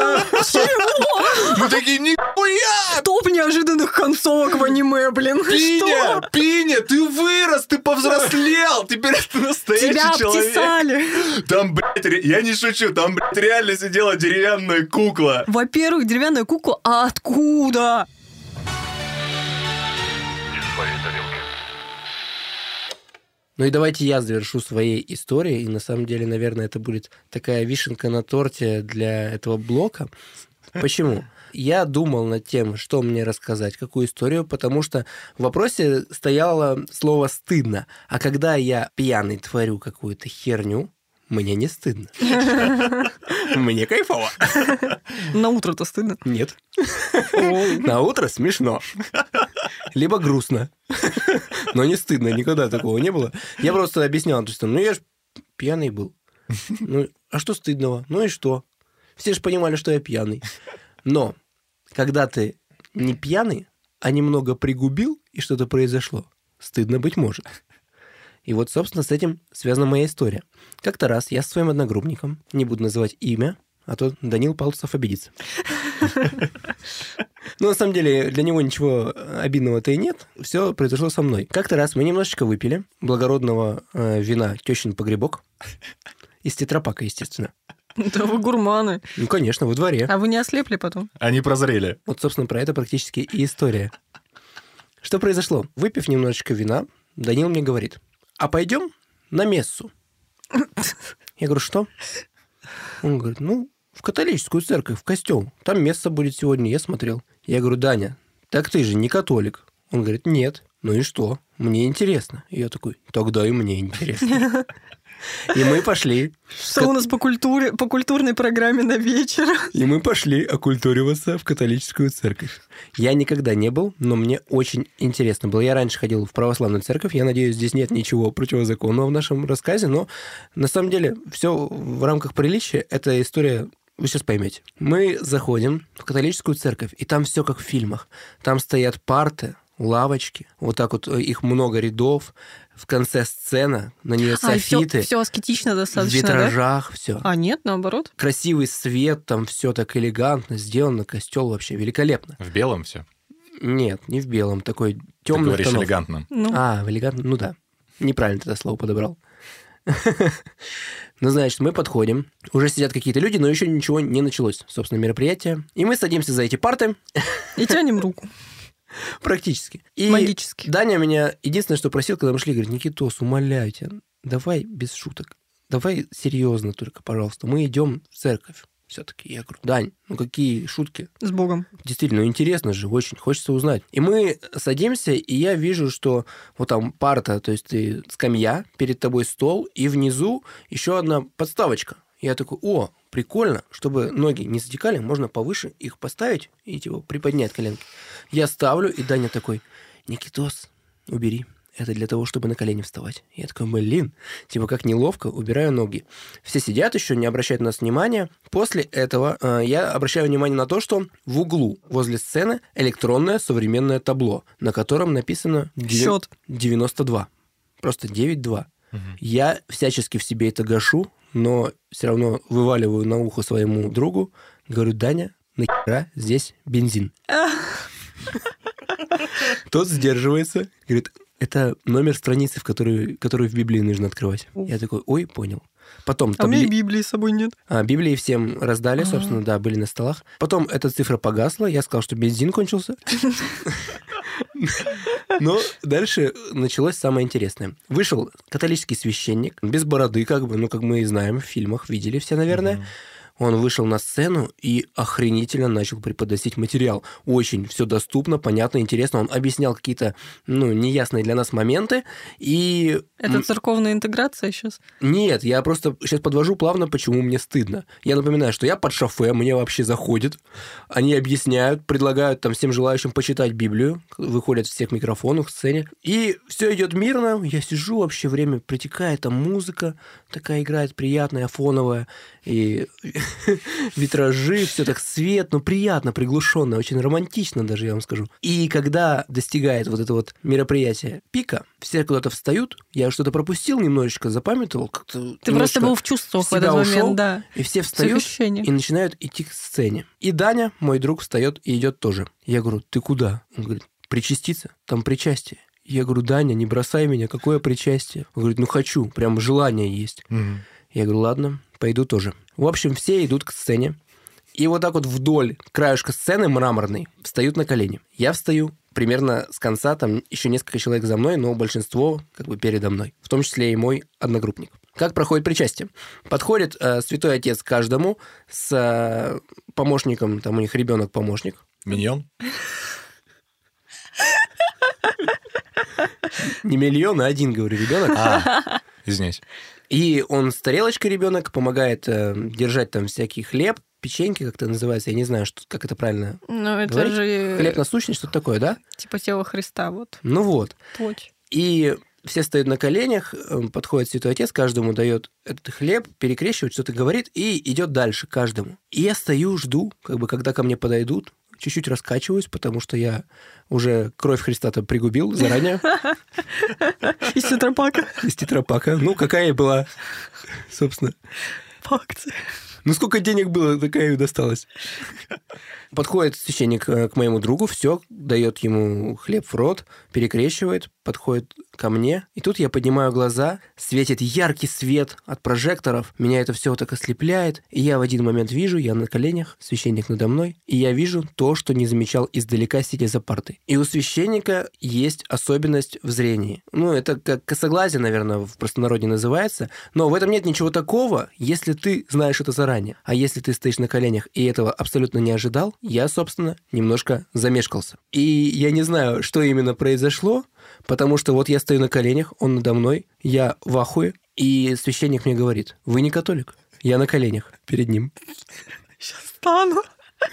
Мы такие, нихуя! Топ неожиданных концовок в аниме, блин. Что? Пиня, ты вырос, ты повзрослел, теперь ты настоящий Тебя человек. обтесали. Там, блядь, я не шучу, там, блядь, реально сидела деревянная кукла. Во-первых, деревянная кукла, а откуда? Ну и давайте я завершу своей историей. И на самом деле, наверное, это будет такая вишенка на торте для этого блока. Почему? Я думал над тем, что мне рассказать, какую историю, потому что в вопросе стояло слово «стыдно». А когда я пьяный творю какую-то херню, мне не стыдно. Мне кайфово. На утро-то стыдно. Нет. На утро смешно. Либо грустно. Но не стыдно, никогда такого не было. Я просто объяснял, то есть, ну я ж пьяный был. Ну, а что стыдного? Ну и что? Все же понимали, что я пьяный. Но когда ты не пьяный, а немного пригубил, и что-то произошло, стыдно быть может. И вот, собственно, с этим связана моя история. Как-то раз я со своим одногруппником, не буду называть имя, а то Данил Палтусов обидится. Ну, на самом деле, для него ничего обидного-то и нет. Все произошло со мной. Как-то раз мы немножечко выпили благородного вина «Тещин погребок». Из тетрапака, естественно. Да вы гурманы. Ну, конечно, во дворе. А вы не ослепли потом? Они прозрели. Вот, собственно, про это практически и история. Что произошло? Выпив немножечко вина, Данил мне говорит, а пойдем на мессу? Я говорю, что? Он говорит, ну, в католическую церковь, в костел. Там месса будет сегодня, я смотрел. Я говорю, Даня, так ты же не католик. Он говорит, нет. Ну и что? Мне интересно. И я такой, тогда и мне интересно. И мы пошли. Что у нас по культурной программе на вечер? И мы пошли оккультуриваться в католическую церковь. Я никогда не был, но мне очень интересно было. Я раньше ходил в православную церковь. Я надеюсь, здесь нет ничего противозаконного в нашем рассказе, но на самом деле все в рамках приличия. Эта история, вы сейчас поймете. Мы заходим в католическую церковь, и там все как в фильмах. Там стоят парты, лавочки, вот так вот их много рядов, в конце сцена, на нее софиты, все аскетично в достаточно, витражах, да? все. А нет, наоборот. Красивый свет, там все так элегантно сделано, костел вообще великолепно. В белом все. Нет, не в белом, такой Ты темный говоришь тонов. элегантно. Ну, А, в элегантном, ну да. Неправильно ты это слово подобрал. Ну, значит, мы подходим. Уже сидят какие-то люди, но еще ничего не началось, собственно, мероприятие. И мы садимся за эти парты. и тянем руку. Практически. И Магически. Даня меня единственное, что просил, когда мы шли, говорит, Никитос, умоляю тебя, давай без шуток. Давай серьезно только, пожалуйста. Мы идем в церковь все-таки. Я говорю, Дань, ну какие шутки? С Богом. Действительно, ну интересно же, очень хочется узнать. И мы садимся, и я вижу, что вот там парта, то есть ты скамья, перед тобой стол, и внизу еще одна подставочка. Я такой, о, прикольно, чтобы ноги не затекали, можно повыше их поставить и типа приподнять коленки. Я ставлю, и Даня такой: Никитос, убери. Это для того, чтобы на колени вставать. Я такой: блин, типа как неловко, убираю ноги. Все сидят еще, не обращают на нас внимания. После этого я обращаю внимание на то, что в углу возле сцены электронное современное табло, на котором написано Счет. 92. Просто 9-2. Я всячески в себе это гашу, но все равно вываливаю на ухо своему другу, говорю: Даня, нахера здесь бензин? Тот сдерживается, говорит: это номер страницы, которую в Библии нужно открывать. Я такой: ой, понял. Потом А у меня и Библии с собой нет. Библии всем раздали, собственно, да, были на столах. Потом эта цифра погасла, я сказал, что бензин кончился. Но дальше началось самое интересное. Вышел католический священник, без бороды, как бы, ну, как мы и знаем, в фильмах видели все, наверное. Он вышел на сцену и охренительно начал преподносить материал. Очень все доступно, понятно, интересно. Он объяснял какие-то, неясные для нас моменты. И... Это церковная интеграция сейчас? Нет, я просто сейчас подвожу плавно, почему мне стыдно. Я напоминаю, что я под шофе, мне вообще заходит. Они объясняют, предлагают там всем желающим почитать Библию, выходят в всех микрофонах, в сцене. И все идет мирно. Я сижу, вообще время протекает, там музыка такая играет приятная, фоновая. И витражи, все так свет, приятно, приглушенно, очень романтично даже, я вам скажу. И когда достигает вот это вот мероприятие пика, все куда-то встают, я что-то пропустил немножечко, запамятовал, как-то... Ты просто был в чувствах в этот момент, да. И все встают и начинают идти к сцене. И Даня, мой друг, встает и идет тоже. Я говорю: ты куда? Он говорит: причаститься, там причастие. Я говорю: Даня, не бросай меня, какое причастие? Он говорит: хочу, прям желание есть. Я говорю: ладно, пойду тоже. В общем, все идут к сцене. И вот так вот вдоль краешка сцены мраморной встают на колени. Я встаю примерно с конца, там еще несколько человек за мной, но большинство как бы передо мной, в том числе и мой одногруппник. Как проходит причастие? Подходит святой отец к каждому с помощником, там у них ребенок-помощник. Миньон? Не миллион, а один, говорю, ребенок. Извиняюсь. И он с тарелочкой, ребенок, помогает держать там всякий хлеб, печеньки, как это называется, я не знаю, как это правильно это говорить. же... Хлеб насущный, что-то такое, да? Типа тело Христа, вот. Ну вот. Точно. И все стоят на коленях, подходит святой отец, каждому дает этот хлеб, перекрещивает, что-то говорит, и идет дальше каждому. И я стою, жду, как бы, когда ко мне подойдут, чуть-чуть раскачиваюсь, потому что я уже кровь Христа-то пригубил заранее. Из тетрапака. Из тетрапака. Какая и была, собственно. По акции. Сколько денег было, такая и досталась. Подходит священник к моему другу, все, дает ему хлеб в рот, перекрещивает, подходит ко мне. И тут я поднимаю глаза, светит яркий свет от прожекторов, меня это все так ослепляет. И я в один момент вижу, я на коленях, священник надо мной, и я вижу то, что не замечал издалека, сидя за партой. И у священника есть особенность в зрении. Это как косоглазие, наверное, в простонародье называется, но в этом нет ничего такого, если ты знаешь это заранее. А если ты стоишь на коленях и этого абсолютно не ожидал, я, собственно, немножко замешкался. И я не знаю, что именно произошло, потому что вот я стою на коленях, он надо мной, я в ахуе, и священник мне говорит: вы не католик? Я на коленях перед ним. Сейчас стану.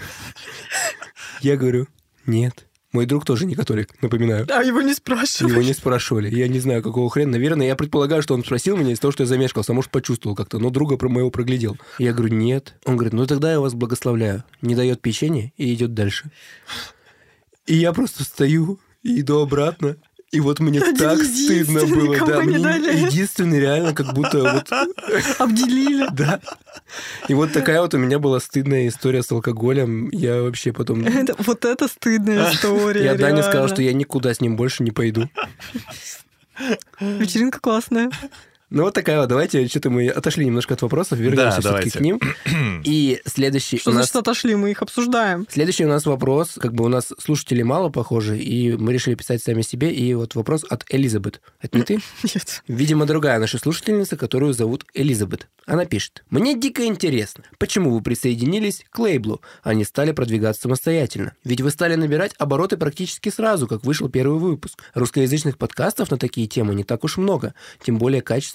Я говорю: нет. Мой друг тоже не католик, напоминаю. А его не спрашивали. Его не спрашивали. Я не знаю, какого хрена. Наверное, я предполагаю, что он спросил меня из-за того, что я замешкался, а может, почувствовал как-то, но друга моего проглядел. Я говорю: нет. Он говорит: тогда я вас благословляю. Не дает печенье и идет дальше. И я просто встаю и иду обратно. И вот мне так стыдно было. Да, мне единственный реально как будто вот... Обделили. Да. И вот такая вот у меня была стыдная история с алкоголем. Я вообще потом... Вот это стыдная история. Я Дане сказал, что я никуда с ним больше не пойду. Вечеринка классная. Вот такая вот. Давайте, что-то мы отошли немножко от вопросов, вернемся все-таки к ним. И следующий Что значит отошли? Мы их обсуждаем. Следующий у нас вопрос. У нас слушателей мало, похоже, и мы решили писать сами себе. И вот вопрос от Элизабет. Это не ты? Нет. Видимо, другая наша слушательница, которую зовут Элизабет. Она пишет: «Мне дико интересно, почему вы присоединились к лейблу, а не стали продвигаться самостоятельно? Ведь вы стали набирать обороты практически сразу, как вышел первый выпуск. Русскоязычных подкастов на такие темы не так уж много, тем более качественно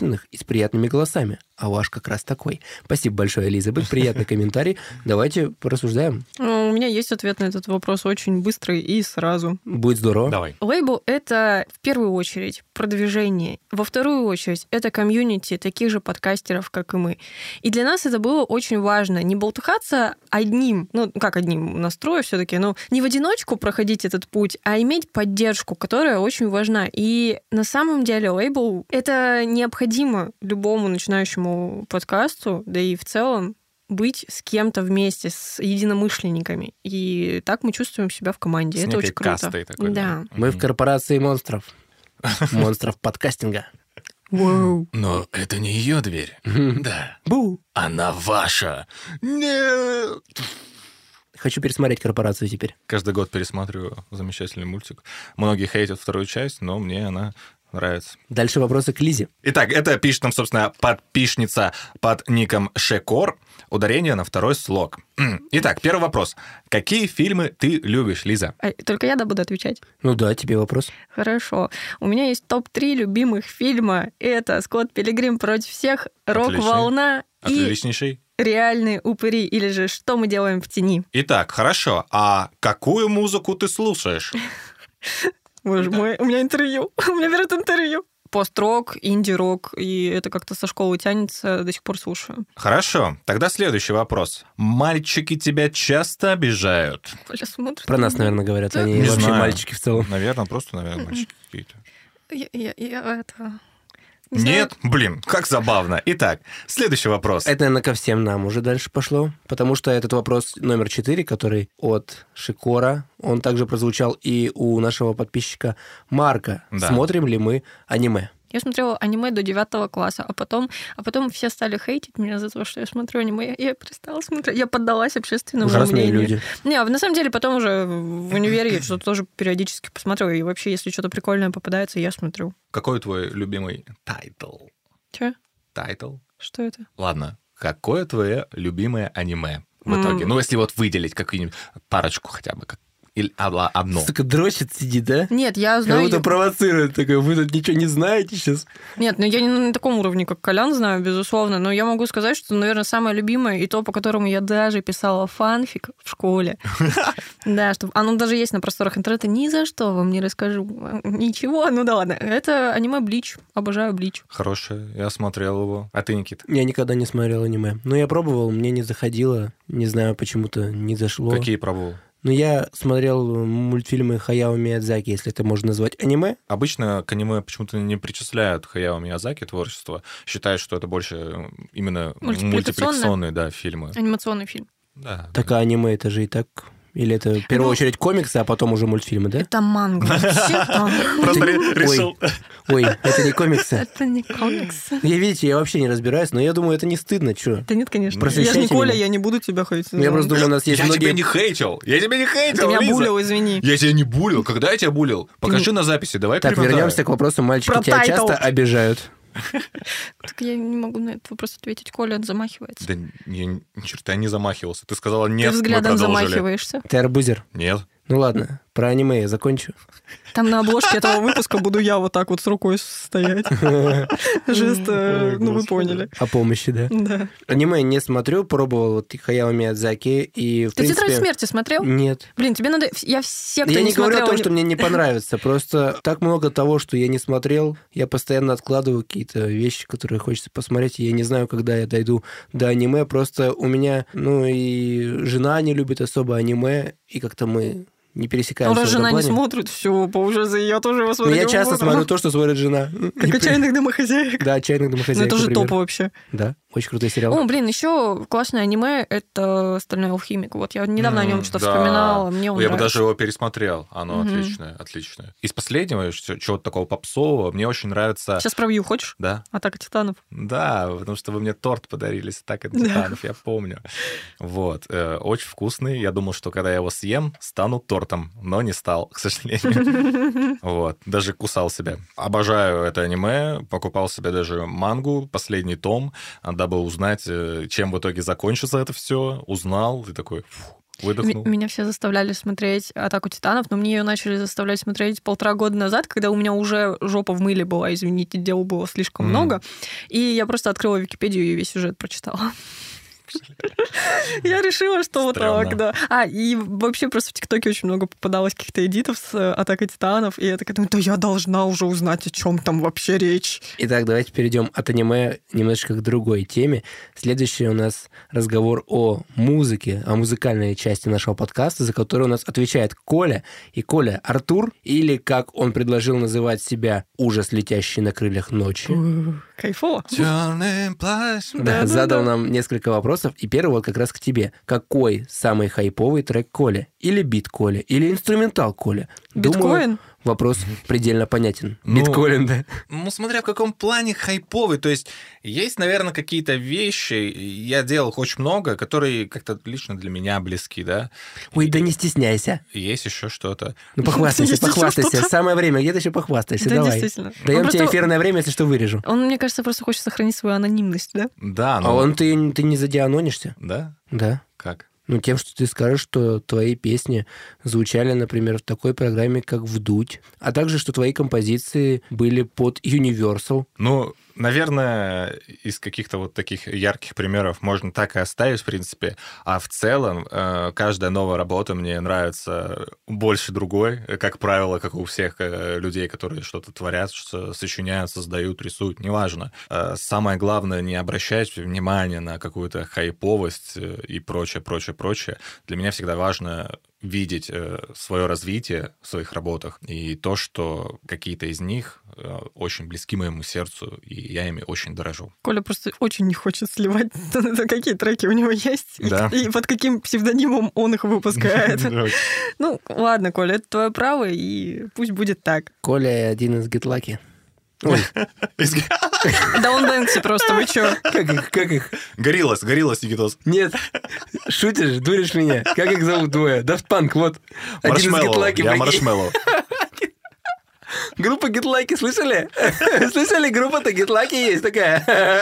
естественных и с приятными голосами. А ваш как раз такой. Спасибо большое, Элизабет. Приятный комментарий. Давайте порассуждаем. У меня есть ответ на этот вопрос очень быстрый и сразу. Будет здорово. Давай. Лейбл — это в первую очередь продвижение. Во вторую очередь это комьюнити таких же подкастеров, как и мы. И для нас это было очень важно. Не болтыхаться одним, одним настроем все-таки, не в одиночку проходить этот путь, а иметь поддержку, которая очень важна. И на самом деле лейбл — это необходимо любому начинающему подкасту, да и в целом быть с кем-то вместе, с единомышленниками. И так мы чувствуем себя в команде. С это очень круто. кастой такой. Да. Мы в корпорации монстров. Монстров подкастинга. Вау. Но это не ее дверь. Да. Бу! Она ваша. Нет. Хочу пересмотреть корпорацию теперь. Каждый год пересматриваю замечательный мультик. Многие хейтят вторую часть, но мне она нравится. Дальше вопросы к Лизе. Итак, это пишет нам, собственно, подписчица под ником Шекор. Ударение на второй слог. Итак, первый вопрос. Какие фильмы ты любишь, Лиза? Только я буду отвечать. Ну да, тебе вопрос. Хорошо. У меня есть топ-3 любимых фильма. Это «Скотт Пилигрим против всех», «Рок-волна» и Отличнейший. «Реальные упыри», или же «Что мы делаем в тени». Итак, хорошо. А какую музыку ты слушаешь? Боже мой, у меня интервью. У меня берут интервью. Пост-рок, инди-рок, и это как-то со школы тянется, до сих пор слушаю. Хорошо. Тогда следующий вопрос. Мальчики тебя часто обижают? Коля смотрит. Про нас, наверное, говорят. Они Не вообще знаю. мальчики в целом. Наверное, мальчики какие-то. Я это... Не знаю. Нет? Блин, как забавно. Итак, следующий вопрос. Это, наверное, ко всем нам уже дальше пошло, потому что этот вопрос номер 4, который от Шикора, он также прозвучал и у нашего подписчика Марка. Да. Смотрим ли мы аниме? Я смотрела аниме до 9 класса, а потом все стали хейтить меня за то, что я смотрю аниме. Я перестала смотреть. Я поддалась общественному Ужасные мнению. люди. Не, на самом деле потом уже в универе я что-то тоже периодически посмотрю. И вообще, если что-то прикольное попадается, я смотрю. Какой твой любимый тайтл? Че? Тайтл? Что это? Ладно. Какое твое любимое аниме в итоге? Ну, если вот выделить какую-нибудь парочку хотя бы, или одно. Сука, дрочит сидит, да? Нет, я знаю... Кого-то провоцирует такой, вы тут ничего не знаете сейчас? Нет, я не на таком уровне, как Колян, знаю, безусловно, но я могу сказать, что, наверное, самое любимое, и то, по которому я даже писала фанфик в школе. Да, что оно даже есть на просторах интернета. Ни за что вам не расскажу. Ничего, ну да ладно. Это аниме Блич. Обожаю Блич. Хорошее, я смотрел его. А ты, Никита? Я никогда не смотрел аниме. Но я пробовал, мне не заходило. Не знаю, почему-то не зашло. Какие пробовал? Но я смотрел мультфильмы Хаяо Миядзаки, если это можно назвать аниме. Обычно к аниме почему-то не причисляют Хаяо Миядзаки творчество. Считают, что это больше именно мультипликационные, да, фильмы. Анимационный фильм. Да. Так а аниме это же и так... Или это в первую очередь комиксы, а потом уже мультфильмы, да? Это манга. Вообще там. Просто решил. Ой, это не комиксы. Это не комиксы. Видите, я вообще не разбираюсь, но я думаю, это не стыдно, что? Да нет, конечно. Я Просвещайте же не Коля, меня. я не буду тебя хейтить. Я просто думаю, у нас есть Я тебя многие... не хейтил. Я тебя не хейтил, Ты меня Лиза. булил, извини. Я тебя не булил. Когда я тебя булил? Покажи на записи, давай Так, перемотаем. вернемся к вопросу, мальчики Про тебя тайтл. часто обижают? Так я не могу на этот вопрос ответить. Коля замахивается. Да я ни черта не замахивался. Ты сказала нет, Ты мы взглядом продолжили. замахиваешься. Ты арбузер? Нет. Ну ладно, про аниме я закончу. Там на обложке этого выпуска буду я вот так вот с рукой стоять. Жест, ну вы поняли. О помощи, да? Да. Аниме не смотрю, пробовал вот Хаяо Миядзаки, и в Ты принципе... «Тетрадь смерти» смотрел? Нет. Блин, тебе надо... Я все, кто Я не не говорю о смотрел... том, что мне не понравится, просто так много того, что я не смотрел, я постоянно откладываю какие-то вещи, которые хочется посмотреть, и я не знаю, когда я дойду до аниме, просто у меня, ну и жена не любит особо аниме, и как-то мы не пересекаемся Раз в этом жена не плане. смотрит, все, уже я тоже его Но смотрю. я часто смотрю то, что смотрит жена. Как «Отчаянных домохозяек». Да, «Отчаянных Ну домохозяек», это же например. топ вообще. Да, очень крутой сериал. О, блин, еще классное аниме — это «Стальной алхимик». Вот я недавно о нем что-то Да. вспоминала, мне он Я бы нравится. даже его пересмотрел. Оно отличное, отличное. Из последнего, чего-то такого попсового, мне очень нравится... Сейчас пробью, хочешь? Да? «Атака титанов». Да, потому что вы мне торт подарили с «Атакой титанов», я помню. Вот. Очень вкусный. Я думал, что когда я его съем, стану тортом, но не стал, к сожалению. Вот. Даже кусал себя. Обожаю это аниме. Покупал себе даже мангу, последний том, дабы узнать, чем в итоге закончится это все. Узнал, и такой... выдохнул. Меня все заставляли смотреть «Атаку титанов», но мне ее начали заставлять смотреть 1,5 года назад, когда у меня уже жопа в мыле была, извините, дел было слишком много. И я просто открыла Википедию и весь сюжет прочитала. Я решила, что вот так, да. И вообще просто в ТикТоке очень много попадалось каких-то эдитов с «Атакой титанов», и я такая думаю, да я должна уже узнать, о чем там вообще речь. Итак, давайте перейдем от аниме немножечко к другой теме. Следующий у нас разговор о музыке, о музыкальной части нашего подкаста, за которую у нас отвечает Коля. И Коля Артур, или, как он предложил называть себя, «Ужас, летящий на крыльях ночи». Кайфово. Черный плащ. Да, задал нам несколько вопросов, и первый вот как раз к тебе. Какой самый хайповый трек Коля? Или бит Коля? Или инструментал Коля? Биткоин? Думаю, вопрос предельно понятен. Биткоин, да. Ну, смотря в каком плане хайповый. То есть, наверное, какие-то вещи, я делал их очень много, которые как-то лично для меня близки, да. Ой, да не стесняйся. Есть еще что-то. Ну, похвастайся, Есть еще похвастайся. что-то? Самое время, где-то еще похвастайся, Да, давай. действительно. Даем Он тебе просто- эфирное время, если что, вырежу. Он, мне кажется, просто хочет сохранить свою анонимность, да? Да, А ты не задианонишься? Да? Да. Как? Ну, тем, что ты скажешь, что твои песни звучали, например, в такой программе, как «Вдуть», а также, что твои композиции были под Universal. Ну, наверное, из каких-то вот таких ярких примеров можно так и оставить, в принципе. А в целом, каждая новая работа мне нравится больше другой, как правило, как у всех людей, которые что-то творят, что сочиняют, создают, рисуют, неважно. Самое главное, не обращать внимания на какую-то хайповость и прочее. Для меня всегда важно видеть свое развитие в своих работах и то, что какие-то из них очень близки моему сердцу, и я ими очень дорожу. Коля просто очень не хочет сливать, какие треки у него есть, Да. и под каким псевдонимом он их выпускает. Ну, ладно, Коля, это твое право, и пусть будет так. Коля один из Гетлаки. Ой, Да он Бэнкси просто, вы чё? как их? Гориллас, Нигитос. Нет, шутишь, дуришь меня. Как их зовут двое? Daft Punk, вот. Один из Маршмеллоу, Гетлаки. я Маршмеллоу. Группа Гетлаки, слышали? Слышали, группа-то Гетлаки есть такая.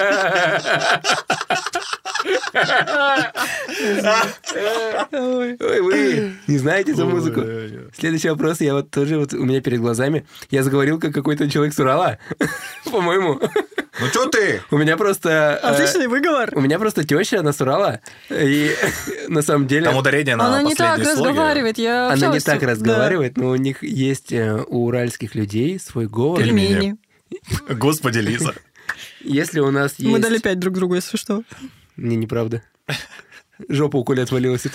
Ой, вы не знаете эту музыку? Следующий вопрос, я вот тоже, вот у меня перед глазами, я заговорил, как какой-то человек с Урала, по-моему. Ну что ты? У меня просто... Отличный выговор. У меня просто теща, она с Урала, и на самом деле... Там ударение на Она не так последние слоги. разговаривает, я Она не общалась так с- разговаривает, но у них есть у уральских людей свой говор. Да. Пельмени. Пельмени. Господи, Лиза. Если у нас есть... Мы дали 5 друг другу, если что. Не, неправда. Жопа у Коли отвалилась.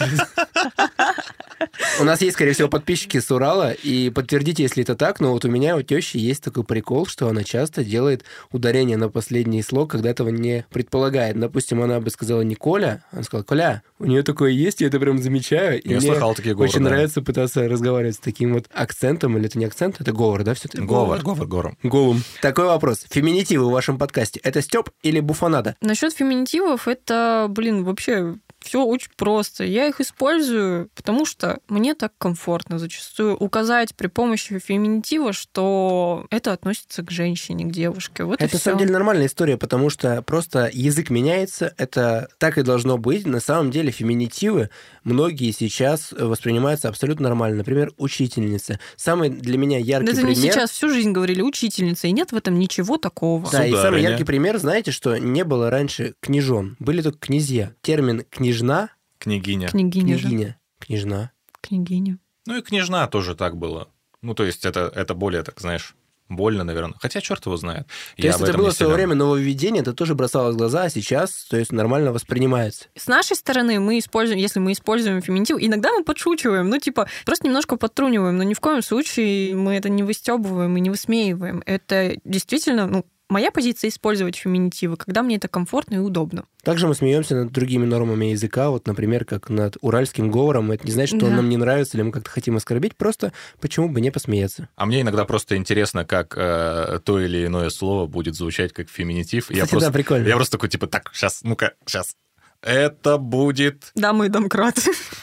У нас есть, скорее всего, подписчики с Урала, и подтвердите, если это так, но вот у меня у тещи есть такой прикол, что она часто делает ударение на последний слог, когда этого не предполагает. Допустим, она бы сказала не Коля, она сказала Коля. У нее такое есть, я это прям замечаю. И Я мне слыхал такие говоры, очень да. нравится пытаться разговаривать с таким вот акцентом, или это не акцент, это говор, да? Все-таки? Говором. Голым. Такой вопрос. Феминитивы в вашем подкасте — это стёб или буфонада? Насчет феминитивов, это, вообще все очень просто. Я их использую, потому что мне так комфортно зачастую указать при помощи феминитива, что это относится к женщине, к девушке. Вот Это, и на всё. самом деле, нормальная история, потому что просто язык меняется, это так и должно быть. На самом деле, феминитивы многие сейчас воспринимаются абсолютно нормально. Например, учительница. Самый для меня яркий Да это пример... не сейчас, всю жизнь говорили учительница, и нет в этом ничего такого. Да, и самый Сударыня. яркий пример, знаете, что не было раньше княжон, были только князья. Термин «княжна», Княгиня. Княгиня же. княжна. Княгиня. Ну и княжна тоже так было. Ну, то есть это более, так знаешь, больно, наверное. Хотя черт его знает. То есть это было в свое время нововведение, это тоже бросалось в глаза, а сейчас, то есть, нормально воспринимается. С нашей стороны мы используем, если мы используем феминитив, иногда мы подшучиваем, просто немножко подтруниваем, но ни в коем случае мы это не выстебываем и не высмеиваем. Это действительно, моя позиция использовать феминитивы, когда мне это комфортно и удобно. Также мы смеемся над другими нормами языка, вот, например, как над уральским говором. Это не значит, что он Да. нам не нравится или мы как-то хотим оскорбить, просто почему бы не посмеяться. А мне иногда просто интересно, как то или иное слово будет звучать как феминитив. Кстати, да, прикольно. Я просто такой, так, сейчас, ну-ка, сейчас. Это будет... Дамы и домкраты.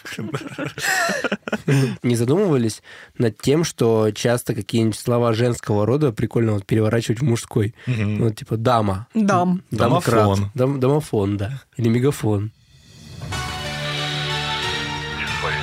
Не задумывались над тем, что часто какие-нибудь слова женского рода прикольно вот переворачивать в мужской? Ну, типа дама. Дам. Домофон. Домофон, да. Или мегафон. Не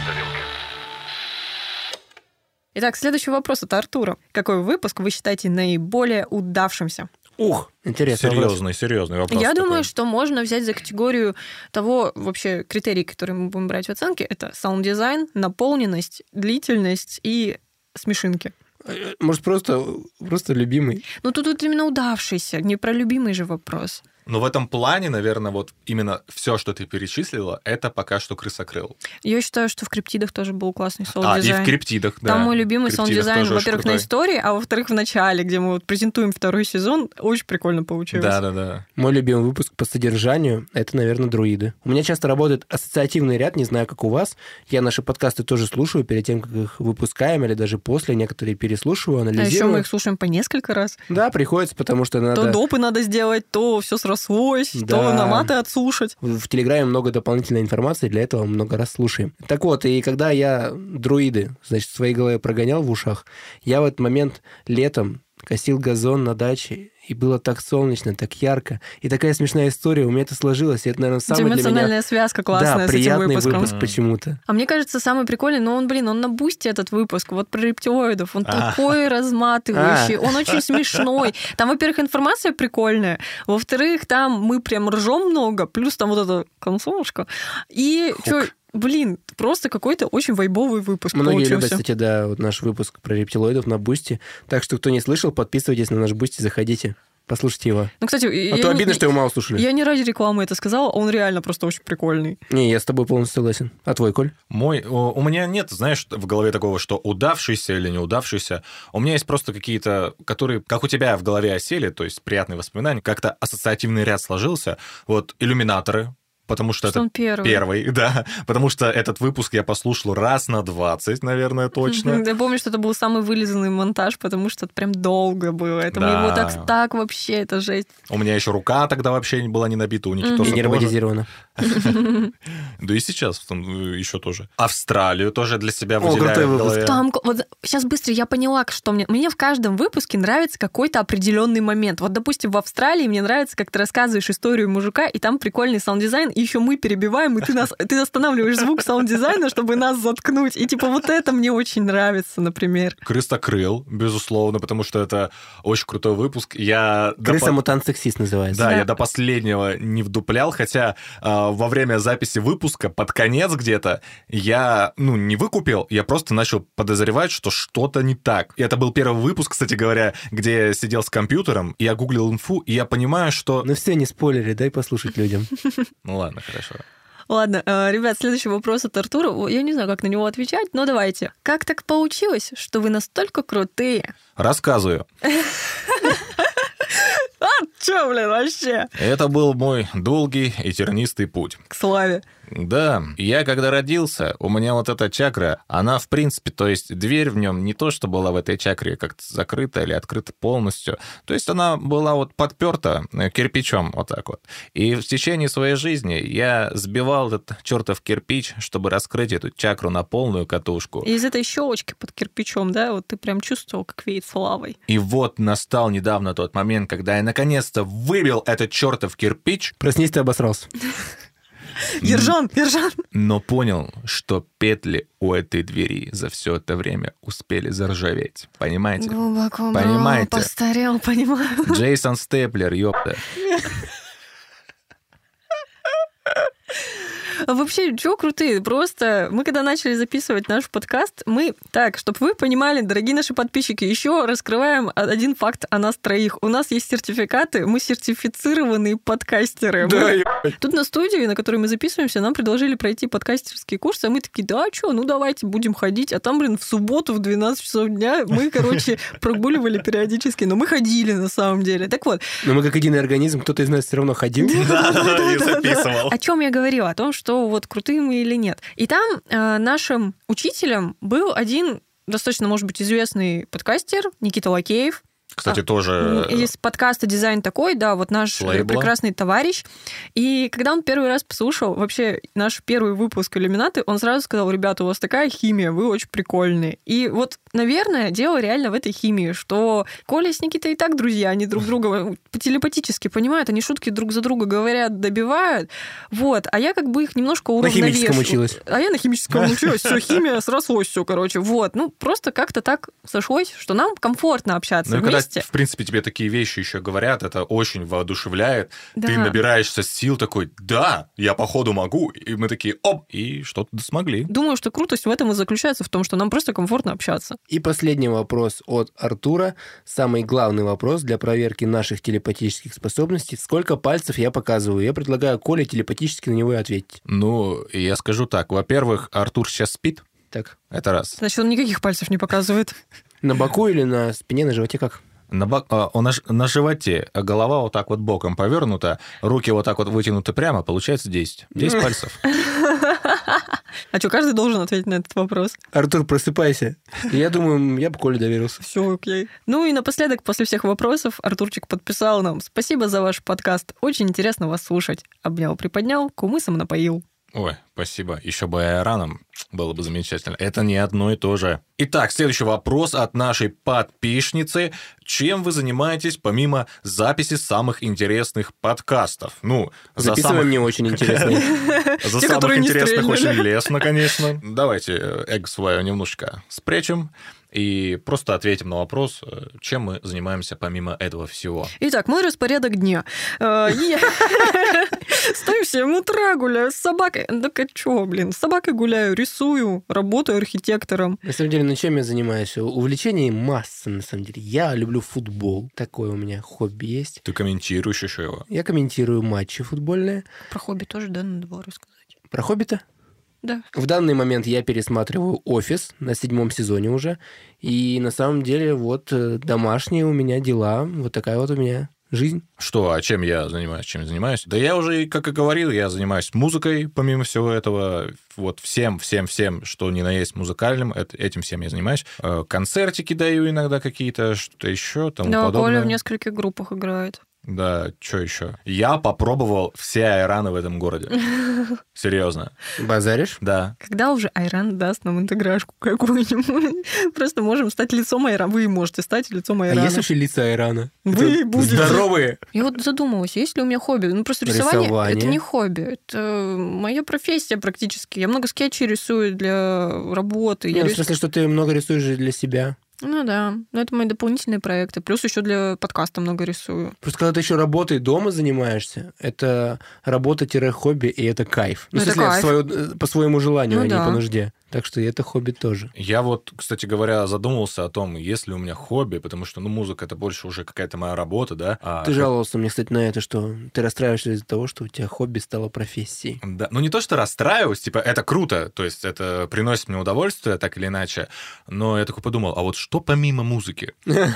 Итак, следующий вопрос от Артура. Какой выпуск вы считаете наиболее удавшимся? Ух, интересно. Серьезный вопрос. Я такой. думаю, что можно взять за категорию того вообще критерий, который мы будем брать в оценке. Это саунд-дизайн, наполненность, длительность и смешинки. Может, просто любимый? Ну, тут именно удавшийся, не про любимый же вопрос. Но в этом плане, наверное, вот именно все, что ты перечислила, это пока что крысокрыл. Я считаю, что в криптидах тоже был классный И саунд-дизайн. в криптидах, да. Там мой любимый Криптидах саунд-дизайн, тоже очень во-первых, на крутой. истории, а во-вторых, в начале, где мы вот презентуем второй сезон. Очень прикольно получилось. Да. Мой любимый выпуск по содержанию — это, наверное, друиды. У меня часто работает ассоциативный ряд, не знаю, как у вас. Я наши подкасты тоже слушаю перед тем, как их выпускаем, или даже после. Некоторые переслушиваю, А анализирую. еще мы их слушаем по несколько раз. Да, приходится, потому что надо... То допы надо сделать, то все срослось, Да. то наматы отслушать. В Телеграме много дополнительной информации, для этого много раз слушаем. Так вот, и когда я друиды, значит, в своей голове прогонял в ушах, я в этот момент летом косил газон на даче, и было так солнечно, так ярко, и такая смешная история, у меня это сложилось, и это, наверное, самый для Эмоциональная меня... связка классная Да, с этим приятный выпуском. выпуск почему-то. А мне кажется, самый прикольный, но он на бусте этот выпуск, вот про рептилоидов, он такой разматывающий, он очень смешной. Там, во-первых, информация прикольная, во-вторых, там мы прям ржем много, плюс там вот эта концовочка. И что, блин, просто какой-то очень вайбовый выпуск Многие любят, получился. кстати, да, вот наш выпуск про рептилоидов на Бусти. Так что, кто не слышал, подписывайтесь на наш Бусти, заходите, послушайте его. Ну, кстати, А то обидно, что его мало слушали. я не ради рекламы это сказала, он реально просто очень прикольный. Не, я с тобой полностью согласен. А твой, Коль? У меня нет, знаешь, в голове такого, что удавшийся или неудавшийся. У меня есть просто какие-то, которые, как у тебя в голове осели, то есть приятные воспоминания, как-то ассоциативный ряд сложился. Вот «Иллюминаторы», потому что Что это он первый. первый, да, потому что этот выпуск я послушал раз на 20, наверное, точно. Я помню, что это был самый вылизанный монтаж, потому что это прям долго было. Это мы Да. его так вообще, это жесть. У меня еще рука тогда вообще была не набита, у Никитоса И не тоже. роботизировано. Да и сейчас еще тоже. Австралию тоже для себя крутой выделяю в выпуск. голове. Там, вот сейчас быстро я поняла, что мне в каждом выпуске нравится какой-то определенный момент. Вот, допустим, в Австралии мне нравится, как ты рассказываешь историю мужика, и там прикольный саунд-дизайн, и еще мы перебиваем, и ты останавливаешь звук саунд-дизайна, чтобы нас заткнуть. И типа вот это мне очень нравится, например. Крыстокрыл, безусловно, потому что это очень крутой выпуск. Крыса-мутант-сексист называется. Да, Да. я до последнего не вдуплял, хотя во время записи выпуска, под конец где-то, я, не выкупил, я просто начал подозревать, что что-то не так. И это был первый выпуск, кстати говоря, где я сидел с компьютером, и я гуглил инфу, и я понимаю, что... Ну все, не спойлери, дай послушать людям. Ну ладно, хорошо. Ладно, ребят, следующий вопрос от Артура. Я не знаю, как на него отвечать, но давайте. Как так получилось, что вы настолько крутые? Рассказываю. Чё, блин, вообще? Это был мой долгий и тернистый путь. К славе. Да, я когда родился, у меня вот эта чакра, она в принципе, то есть дверь в нем не то, что была в этой чакре как-то закрыта или открыта полностью, то есть она была вот подперта кирпичом вот так вот. И в течение своей жизни я сбивал этот чертов кирпич, чтобы раскрыть эту чакру на полную катушку. И из этой щелочки под кирпичом, да, вот ты прям чувствовал, как веет славой. И вот настал недавно тот момент, когда я наконец-то выбил этот чертов кирпич, Проснись, ты обосрался. Ержан! но понял, что петли у этой двери за все это время успели заржаветь. Понимаете? Глубоко, Понимаете? постарел, понимаю. Джейсон Степлер, ёпта. Вообще, чё крутые? Просто мы, когда начали записывать наш подкаст, так, чтобы вы понимали, дорогие наши подписчики, еще раскрываем один факт о нас троих. У нас есть сертификаты, мы сертифицированные подкастеры. Тут на студии, на которой мы записываемся, нам предложили пройти подкастерские курсы, а мы такие, да, что, давайте будем ходить. А там, в субботу в 12 часов дня мы, прогуливали периодически, но мы ходили на самом деле. Так вот. Но мы как единый организм, кто-то из нас все равно ходил. Да, и записывал. О чем я говорила? О том, что вот крутые мы или нет. И там нашим учителем был один достаточно, может быть, известный подкастер Никита Лакеев. Кстати, тоже... Из подкаста «Дизайн такой», да, вот наш лейбла. прекрасный товарищ. И когда он первый раз послушал вообще наш первый выпуск «Иллюминаты», он сразу сказал: ребята, у вас такая химия, вы очень прикольные. И вот, наверное, дело реально в этой химии, что Коля с Никитой и так друзья, они друг друга телепатически понимают, они шутки друг за друга говорят, добивают. Вот. А я как бы их немножко уравновешиваю. На химическом училась. А я на химическом училась. Все, химия, срослось все, короче. Вот. Ну, просто как-то так сошлось, что нам комфортно общаться вместе. В принципе, тебе такие вещи еще говорят, это очень воодушевляет. Да. Ты набираешься сил такой: да, я походу могу. И мы такие: оп, и что-то смогли. Думаю, что крутость в этом и заключается в том, что нам просто комфортно общаться. И последний вопрос от Артура. Самый главный вопрос для проверки наших телепатических способностей. Сколько пальцев я показываю? Я предлагаю Коле телепатически на него и ответить. Ну, я скажу так. Во-первых, Артур сейчас спит. Так. Это раз. Значит, он никаких пальцев не показывает. На боку или на спине, на животе как? На животе, а голова вот так вот боком повернута, руки вот так вот вытянуты прямо, получается 10. 10 пальцев. А что, каждый должен ответить на этот вопрос? Артур, просыпайся. Я думаю, я бы Коле доверился. Все окей. Ну и напоследок, после всех вопросов, Артурчик подписал нам: спасибо за ваш подкаст, очень интересно вас слушать. Обнял, приподнял, кумысом напоил. Ой, спасибо. Еще бы айраном было бы замечательно. Это не одно и то же. Итак, следующий вопрос от нашей подписчицы. Чем вы занимаетесь помимо записи самых интересных подкастов? Ну, записываем не очень интересные. За Те, самых которые не интересных стрельнули. очень лестно, конечно. Давайте эго свое немножечко спрячем и просто ответим на вопрос, чем мы занимаемся помимо этого всего. Итак, мой распорядок дня. Я стою в 7 утра, гуляю с собакой. Так а чё, блин, с собакой гуляю, рисую, работаю архитектором. На самом деле, ну чем я занимаюсь? Увлечений масса, на самом деле. Я люблю футбол. Такое у меня хобби есть. Ты комментируешь еще его? Я комментирую матчи футбольные. Про хобби тоже, да, надо было рассказать. Про «Хоббита»? Да. В данный момент я пересматриваю «Офис» на 7 сезоне уже. И на самом деле вот домашние у меня дела. Вот такая вот у меня жизнь. Что, а чем я занимаюсь? Да я уже, как и говорил, я занимаюсь музыкой, помимо всего этого. Вот всем, что ни на есть музыкальным, этим всем я занимаюсь. Концертики даю иногда какие-то, что-то еще, тому Да, подобное. Коля в нескольких группах играет. Да, что еще? Я попробовал все айраны в этом городе. Серьезно. Базаришь? Да. Когда уже Айран даст нам интеграшку какую-нибудь? Просто можем стать лицом Айрана. Вы можете стать лицом А Айрана. есть вообще лица Айрана? Вы Это будете. здоровые. Я вот задумалась, есть ли у меня хобби? Ну, просто рисование Рисование. это не хобби. Это моя профессия практически. Я много скетчей рисую для работы. Нет, в смысле, что ты много рисуешь же для себя. Ну да, но это мои дополнительные проекты. Плюс еще для подкаста много рисую. Просто когда ты еще работой дома занимаешься, это работа-хобби, и это кайф. Ну, в Это смысле, кайф. по своему желанию, Ну а да. не по нужде. Так что это хобби тоже. Я вот, кстати говоря, задумался о том, есть ли у меня хобби, потому что, музыка — это больше уже какая-то моя работа, да? Ты жаловался мне, кстати, на это, что ты расстраиваешься из-за того, что у тебя хобби стало профессией. Да, не то, что расстраиваюсь, типа, это круто, то есть это приносит мне удовольствие, так или иначе, но я такой подумал, а вот что помимо музыки?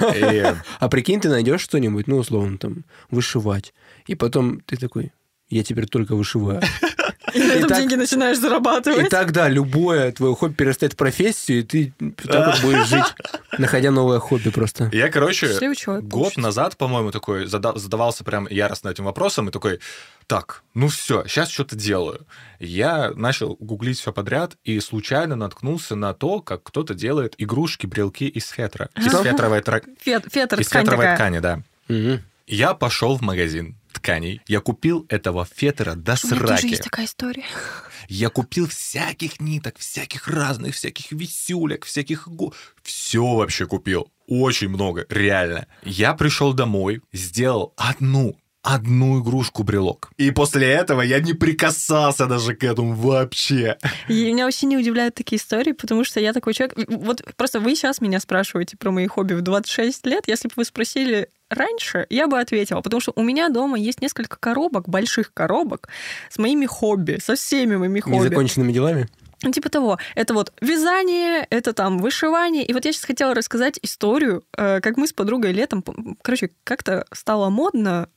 А прикинь, ты найдешь что-нибудь, условно, там, вышивать, и потом ты такой: я теперь только вышиваю. И на этом так- деньги начинаешь зарабатывать. И тогда любое твое хобби перестает в профессию, и ты так вот будешь жить, находя новое хобби просто. Я, короче, Счастливый человек год получится. назад, по-моему, такой задавался прям яростно этим вопросом и такой: так, все, сейчас что-то делаю. Я начал гуглить все подряд и случайно наткнулся на то, как кто-то делает игрушки-брелки из фетра. Из фетровой Фетр, из ткань фетровой такая. ткани, да. Мгм. Я пошел в магазин тканей, я купил этого фетра до У меня тоже сраки. есть такая история. Я купил всяких ниток, всяких разных, всяких висюлек, всяких... Все вообще купил. Очень много, реально. Я пришел домой, сделал одну игрушку-брелок. И после этого я не прикасался даже к этому вообще. И меня вообще не удивляют такие истории, потому что я такой человек... Вот просто вы сейчас меня спрашиваете про мои хобби в 26 лет. Если бы вы спросили раньше, я бы ответила, потому что у меня дома есть несколько коробок, больших коробок с моими хобби, со всеми моими хобби. Незаконченными делами? Ну, типа того. Это вот вязание, это там вышивание. И вот я сейчас хотела рассказать историю, как мы с подругой летом... Короче, как-то стало модно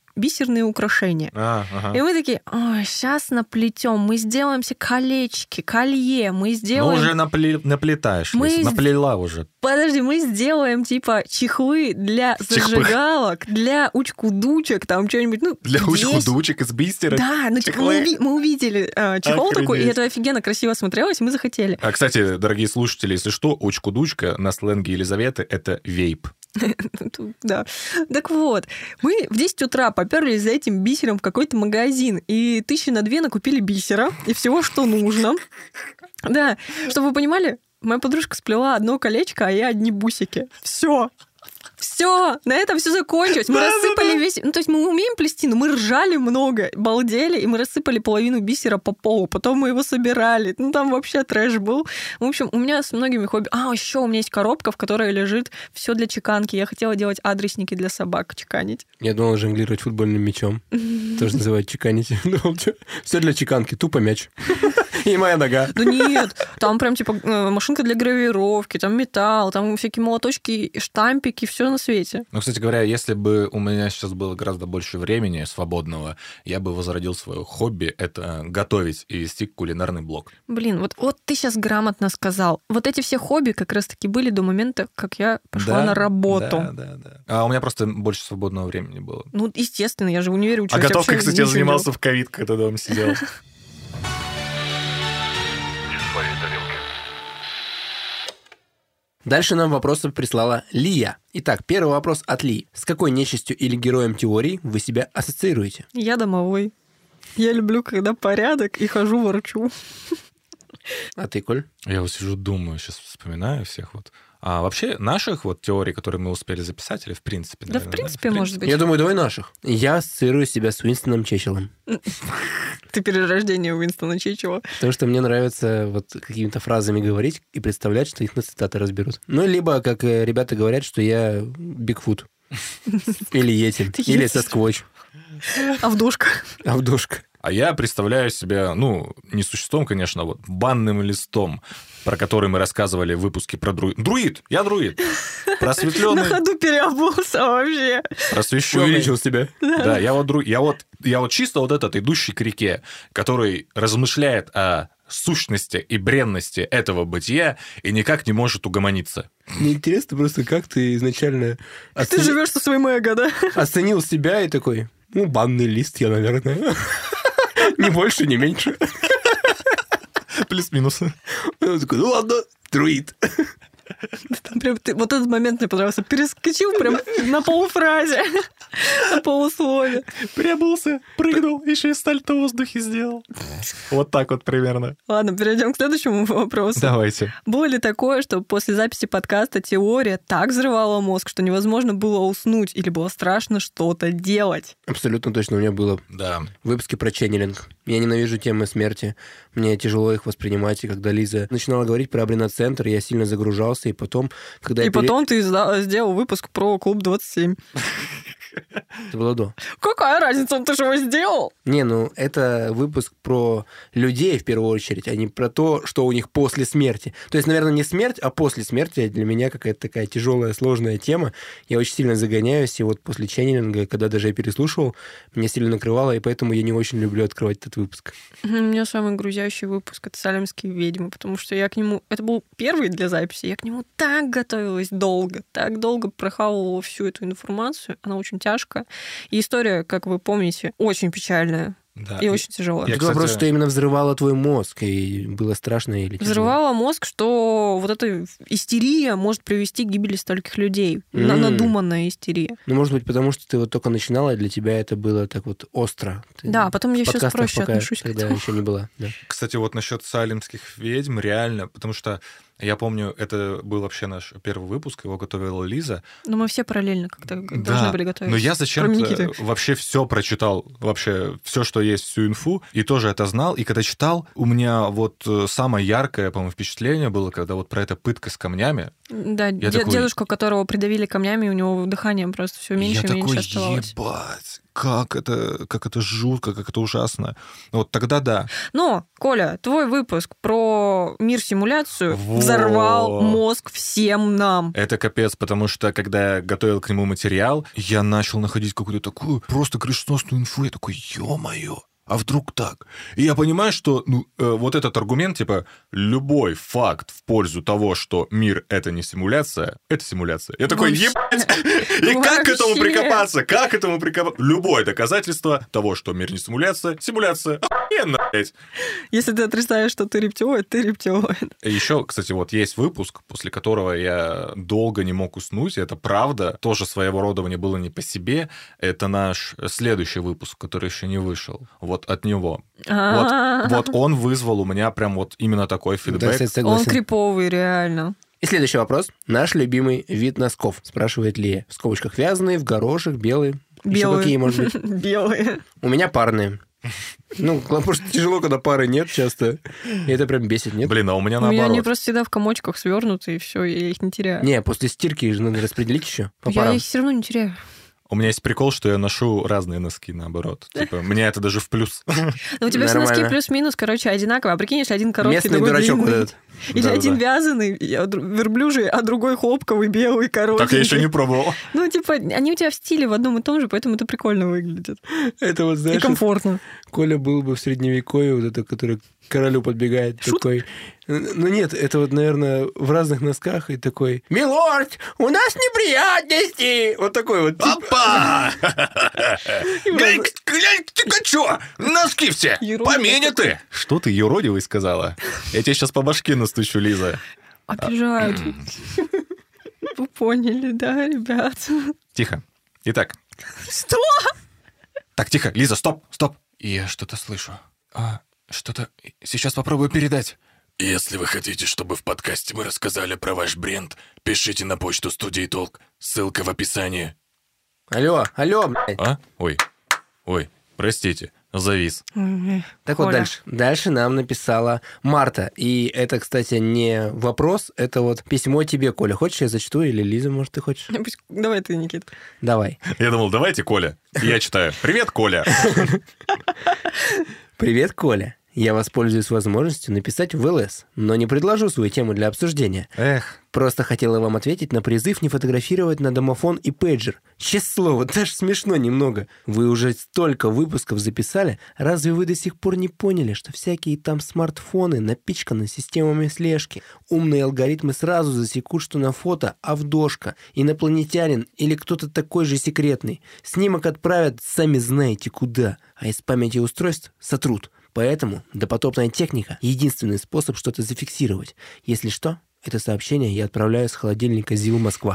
бисерные украшения. И мы такие, ой, сейчас наплетем, мы сделаем себе колечки, колье, мы сделаем... Ну, уже наплетаешь, наплела уже. Подожди, мы сделаем, типа, чехлы для зажигалок, для учку-дучек, там что-нибудь, ну... Для учку-дучек из бисера? Да, ну, типа, мы увидели чехол такой, и это офигенно красиво смотрелось, и мы захотели. А, кстати, дорогие слушатели, если что, учку-дучка на сленге Елизаветы — это вейп. Да. Так вот, мы в 10 утра поперлись за этим бисером в какой-то магазин, и 2 накупили бисера, и всего, что нужно. Да, чтобы вы понимали, моя подружка сплела одно колечко, а я одни бусики. Все, на этом все закончилось. Мы рассыпали весь... Ну, то есть мы умеем плести, но мы ржали много, балдели, и мы рассыпали половину бисера по полу. Потом мы его собирали. Ну, там вообще трэш был. В общем, у меня с многими хобби... еще у меня есть коробка, в которой лежит все для чеканки. Я хотела делать адресники для собак, чеканить. Я думал жонглировать футбольным мячом. Тоже называют чеканить. Все для чеканки, тупо мяч. И моя нога. Да нет, там прям типа машинка для гравировки, там металл, там всякие молоточки, штампики, все на свете. Ну, кстати говоря, если бы у меня сейчас было гораздо больше времени свободного, я бы возродил свое хобби — это готовить и вести кулинарный блог. Блин, вот ты сейчас грамотно сказал. Вот эти все хобби как раз-таки были до момента, как я пошла на работу. Да. А у меня просто больше свободного времени было. Ну, естественно, я же в универе училась. А готовкой, кстати, я занимался в ковид, когда дома сидел. Дальше нам вопросы прислала Лия. Итак, первый вопрос от Ли. С какой нечистью или героем теории вы себя ассоциируете? Я домовой. Я люблю, когда порядок, и хожу ворчу. А ты, Коль? Я вот сижу, думаю, сейчас вспоминаю всех вот. А вообще наших вот теорий, которые мы успели записать, или в принципе? Наверное, да, в принципе, может быть. Я думаю, давай наших. Я ассоциирую себя с Уинстоном Черчиллем. Ты перерождение Уинстона Черчилля. Потому что мне нравится вот какими-то фразами говорить и представлять, что их на цитаты разберут. Ну, либо, как ребята говорят, что я Бигфут. Или Йети. Или Сасквотч. Авдушка. А я представляю себя, ну, не существом, конечно, а вот банным листом, про который мы рассказывали в выпуске про друид. Я друид. Просветленный. На ходу переобулся вообще. Просвещенный. Увеличил себя. Да, я вот друид. Я вот чисто вот этот идущий к реке, который размышляет о сущности и бренности этого бытия и никак не может угомониться. Мне интересно просто, как ты изначально... Ты живешь со своим эго, да? Оценил себя и такой, ну, банный лист я, наверное. Ни больше, ни меньше. Плюс-минус. Он такой, ну ладно, друид. Прям, вот этот момент мне понравился. Перескочил прям на полуфразе, на полуслове. Приобулся, прыгнул, еще и сальто в воздухе сделал. Вот так вот примерно. Ладно, перейдем к следующему вопросу. Давайте. Было ли такое, что после записи подкаста теория так взрывала мозг, что невозможно было уснуть или было страшно что-то делать? Абсолютно точно у меня было. Да. В выпуске про ченнелинг. Я ненавижу темы смерти. Мне тяжело их воспринимать. И когда Лиза начинала говорить про Абрина-центр, я сильно загружался. И потом, когда потом ты сделал выпуск про Клуб 27. Это было до. Какая разница, ты же его сделал? Не, ну это выпуск про людей в первую очередь, а не про то, что у них после смерти. То есть, наверное, не смерть, а после смерти для меня какая-то такая тяжелая, сложная тема. Я очень сильно загоняюсь, и вот после ченнелинга, когда даже я переслушивал, меня сильно накрывало, и поэтому я не очень люблю открывать этот выпуск. У меня самый грузящий выпуск — это «Салемские ведьмы», потому что я к нему... Это был первый для записи, я к нему так готовилась долго, так долго прохавывала всю эту информацию, она очень тяжко. И история, как вы помните, очень печальная. Да. И очень тяжело. Это вопрос, что именно взрывало твой мозг, и было страшно или тяжело? Взрывало мозг, что вот эта истерия может привести к гибели стольких людей. Надуманная истерия. Ну, может быть, потому что ты вот только начинала, и для тебя это было так вот остро. Да, потом я сейчас проще отношусь к этому. Тогда еще не была. Да. Кстати, вот насчет салемских ведьм, реально, потому что я помню, это был вообще наш первый выпуск, его готовила Лиза. Но мы все параллельно как-то должны были готовиться. Но я зачем-то вообще все прочитал, вообще все, что есть, всю инфу, и тоже это знал. И когда читал, у меня вот самое яркое, по-моему, впечатление было, когда вот про это пытка с камнями. Да, дедушку, которого придавили камнями, у него дыхание просто все меньше и меньше оставалось. Ебать, как это жутко, как это ужасно. Вот тогда да. Но, Коля, твой выпуск про мир-симуляцию взорвал мозг всем нам. Это капец, потому что, когда я готовил к нему материал, я начал находить какую-то такую просто крышесносную инфу. Я такой, ё-моё, а вдруг так? И я понимаю, что вот этот аргумент, типа, любой факт в пользу того, что мир — это не симуляция, это симуляция. Я такой, ебать! И как к этому прикопаться? Как к этому прикопаться? Любое доказательство того, что мир не симуляция, симуляция. Охуенно, блядь. Если ты отрицаешь, что ты рептилоид, ты рептилоид. Еще, кстати, вот есть выпуск, после которого я долго не мог уснуть, и это правда, тоже своего рода мне было не по себе. Это наш следующий выпуск, который еще не вышел. Вот от него. Вот он вызвал у меня прям вот именно такой фидбэк. Он криповый, реально. И следующий вопрос. Наш любимый вид носков, спрашивает Лия. В скобочках вязаные, в горошек, белые. Еще какие, может быть? Белые. У меня парные. Ну, потому что тяжело, когда пары нет часто. И это прям бесит, нет? Блин, а у меня У наоборот. меня они просто всегда в комочках свернуты, и все, я их не теряю. Не, после стирки же надо распределить еще по Я парам. их все равно не теряю. У меня есть прикол, что я ношу разные носки, наоборот. Типа, мне это даже в плюс. Но у тебя все носки Нормально. плюс-минус, короче, одинаковые. А прикинь, если один короткий, Местный другой дурачок вот длинный. этот. Или Да-да-да. один вязаный, верблюжий, а другой хлопковый, белый, короткий. Так я еще не пробовал. Ну, типа, они у тебя в стиле в одном и том же, поэтому это прикольно выглядит. Это вот, И знаешь, комфортно. Коля был бы в Средневековье, вот это, который к королю подбегает, Шут? такой... Ну нет, это вот, наверное, в разных носках и такой... «Милорд, у нас неприятности!» Вот такой вот. Папа! Глянь, ты что? Носки все Юродивый поменяты! Что ты юродивый сказала? Я тебе сейчас по башке настучу, Лиза. Обижают. Вы поняли, да, ребят? Тихо. Итак. Что? Так, тихо. Лиза, стоп. Я что-то слышу. Что-то... Сейчас попробую передать. Если вы хотите, чтобы в подкасте мы рассказали про ваш бренд, пишите на почту студии Толк. Ссылка в описании. Алло, блядь. А? Ой, простите, завис. Так вот, Коля. дальше нам написала Марта. И это, кстати, не вопрос, это вот письмо тебе, Коля. Хочешь, я зачту? Или Лиза, может, ты хочешь? Давай ты, Никит. Давай. Я думал, давайте, Коля. Я читаю. Привет, Коля. Привет, Коля. Я воспользуюсь возможностью написать в ЛС, но не предложу свою тему для обсуждения. Эх. Просто хотела вам ответить на призыв не фотографировать на домофон и пейджер. Честное слово, даже смешно немного. Вы уже столько выпусков записали, разве вы до сих пор не поняли, что всякие там смартфоны напичканы системами слежки? Умные алгоритмы сразу засекут, что на фото Авдошка, инопланетянин или кто-то такой же секретный. Снимок отправят сами знаете куда, а из памяти устройств сотрут. Поэтому допотопная техника — единственный способ что-то зафиксировать. Если что, это сообщение я отправляю с холодильника ЗИЛ Москва.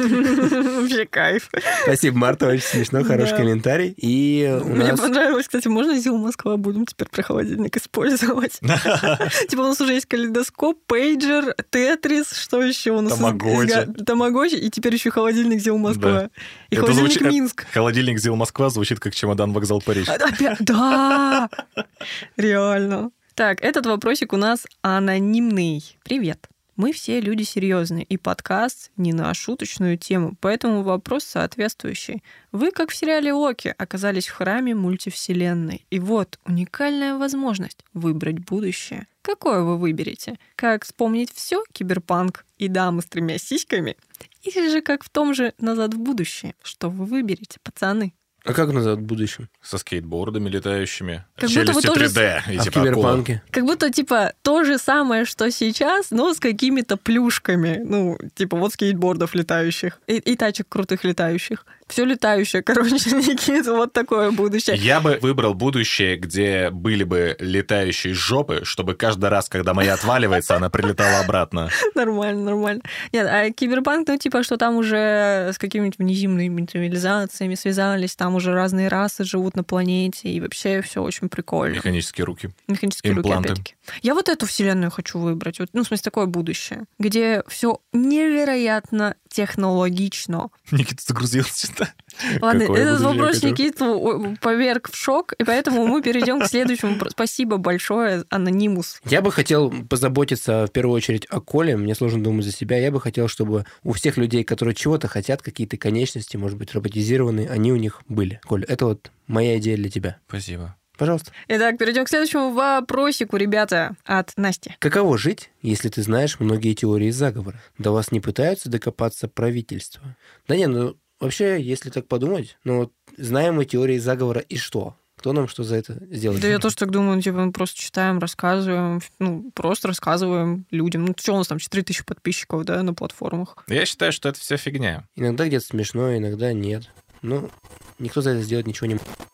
Вообще кайф. Спасибо, Марта, очень смешно, хороший Да. комментарий. И у Мне нас... понравилось, кстати, можно ЗИЛ Москва будем теперь про холодильник использовать? Типа у нас уже есть калейдоскоп, пейджер, тетрис, что еще у нас? Тамагочи, и теперь еще холодильник ЗИЛ Москва. И Это холодильник звучит- Минск. Холодильник ЗИЛ Москва звучит как чемодан вокзал Париж. Опять, да, реально. Так, этот вопросик у нас анонимный. Привет. Мы все люди серьезные, и подкаст не на шуточную тему, поэтому вопрос соответствующий. Вы, как в сериале Локи, оказались в храме мультивселенной, и вот уникальная возможность выбрать будущее. Какое вы выберете? Как вспомнить все киберпанк и дамы с 3 сиськами? Или же как в том же «Назад в будущее»? Что вы выберете, пацаны? А как назад в будущем? Со скейтбордами летающими. Как будто вы Челюсти тоже 3D. И А в типа акула. киберпанке? Как будто, типа, то же самое, что сейчас, но с какими-то плюшками. Ну, типа, вот скейтбордов летающих и тачек крутых летающих. Все летающее, короче, Никит, вот такое будущее. Я бы выбрал будущее, где были бы летающие жопы, чтобы каждый раз, когда моя отваливается, она прилетала обратно. Нормально, нормально. Нет, а киберпанк, ну, типа, что там уже с какими-нибудь внеземными цивилизациями связались, там уже разные расы живут на планете, и вообще все очень прикольно. Механические руки. Механические руки, Импланты. опять-таки. Я вот эту вселенную хочу выбрать. Вот, ну, в смысле, такое будущее, где все невероятно технологично. Никита загрузился. Ладно, Какое этот будущее вопрос хочу? Никиту поверг в шок, и поэтому мы перейдем к следующему. Спасибо большое, Анонимус. Я бы хотел позаботиться в первую очередь о Коле. Мне сложно думать за себя. Я бы хотел, чтобы у всех людей, которые чего-то хотят, какие-то конечности, может быть, роботизированные, они у них были. Коль, это вот моя идея для тебя. Спасибо. Пожалуйста. Итак, перейдем к следующему вопросику, ребята, от Насти. Каково жить, если ты знаешь многие теории заговора? До вас не пытаются докопаться правительства? Да не, ну вообще, если так подумать, ну вот знаем мы теории заговора и что? Кто нам что за это сделает? Да я тоже так думаю, типа, мы просто читаем, рассказываем, просто рассказываем людям. Ну, что у нас там, 4000 подписчиков, да, на платформах. Я считаю, что это все фигня. Иногда где-то смешно, иногда нет. Ну, никто за это сделать ничего не может.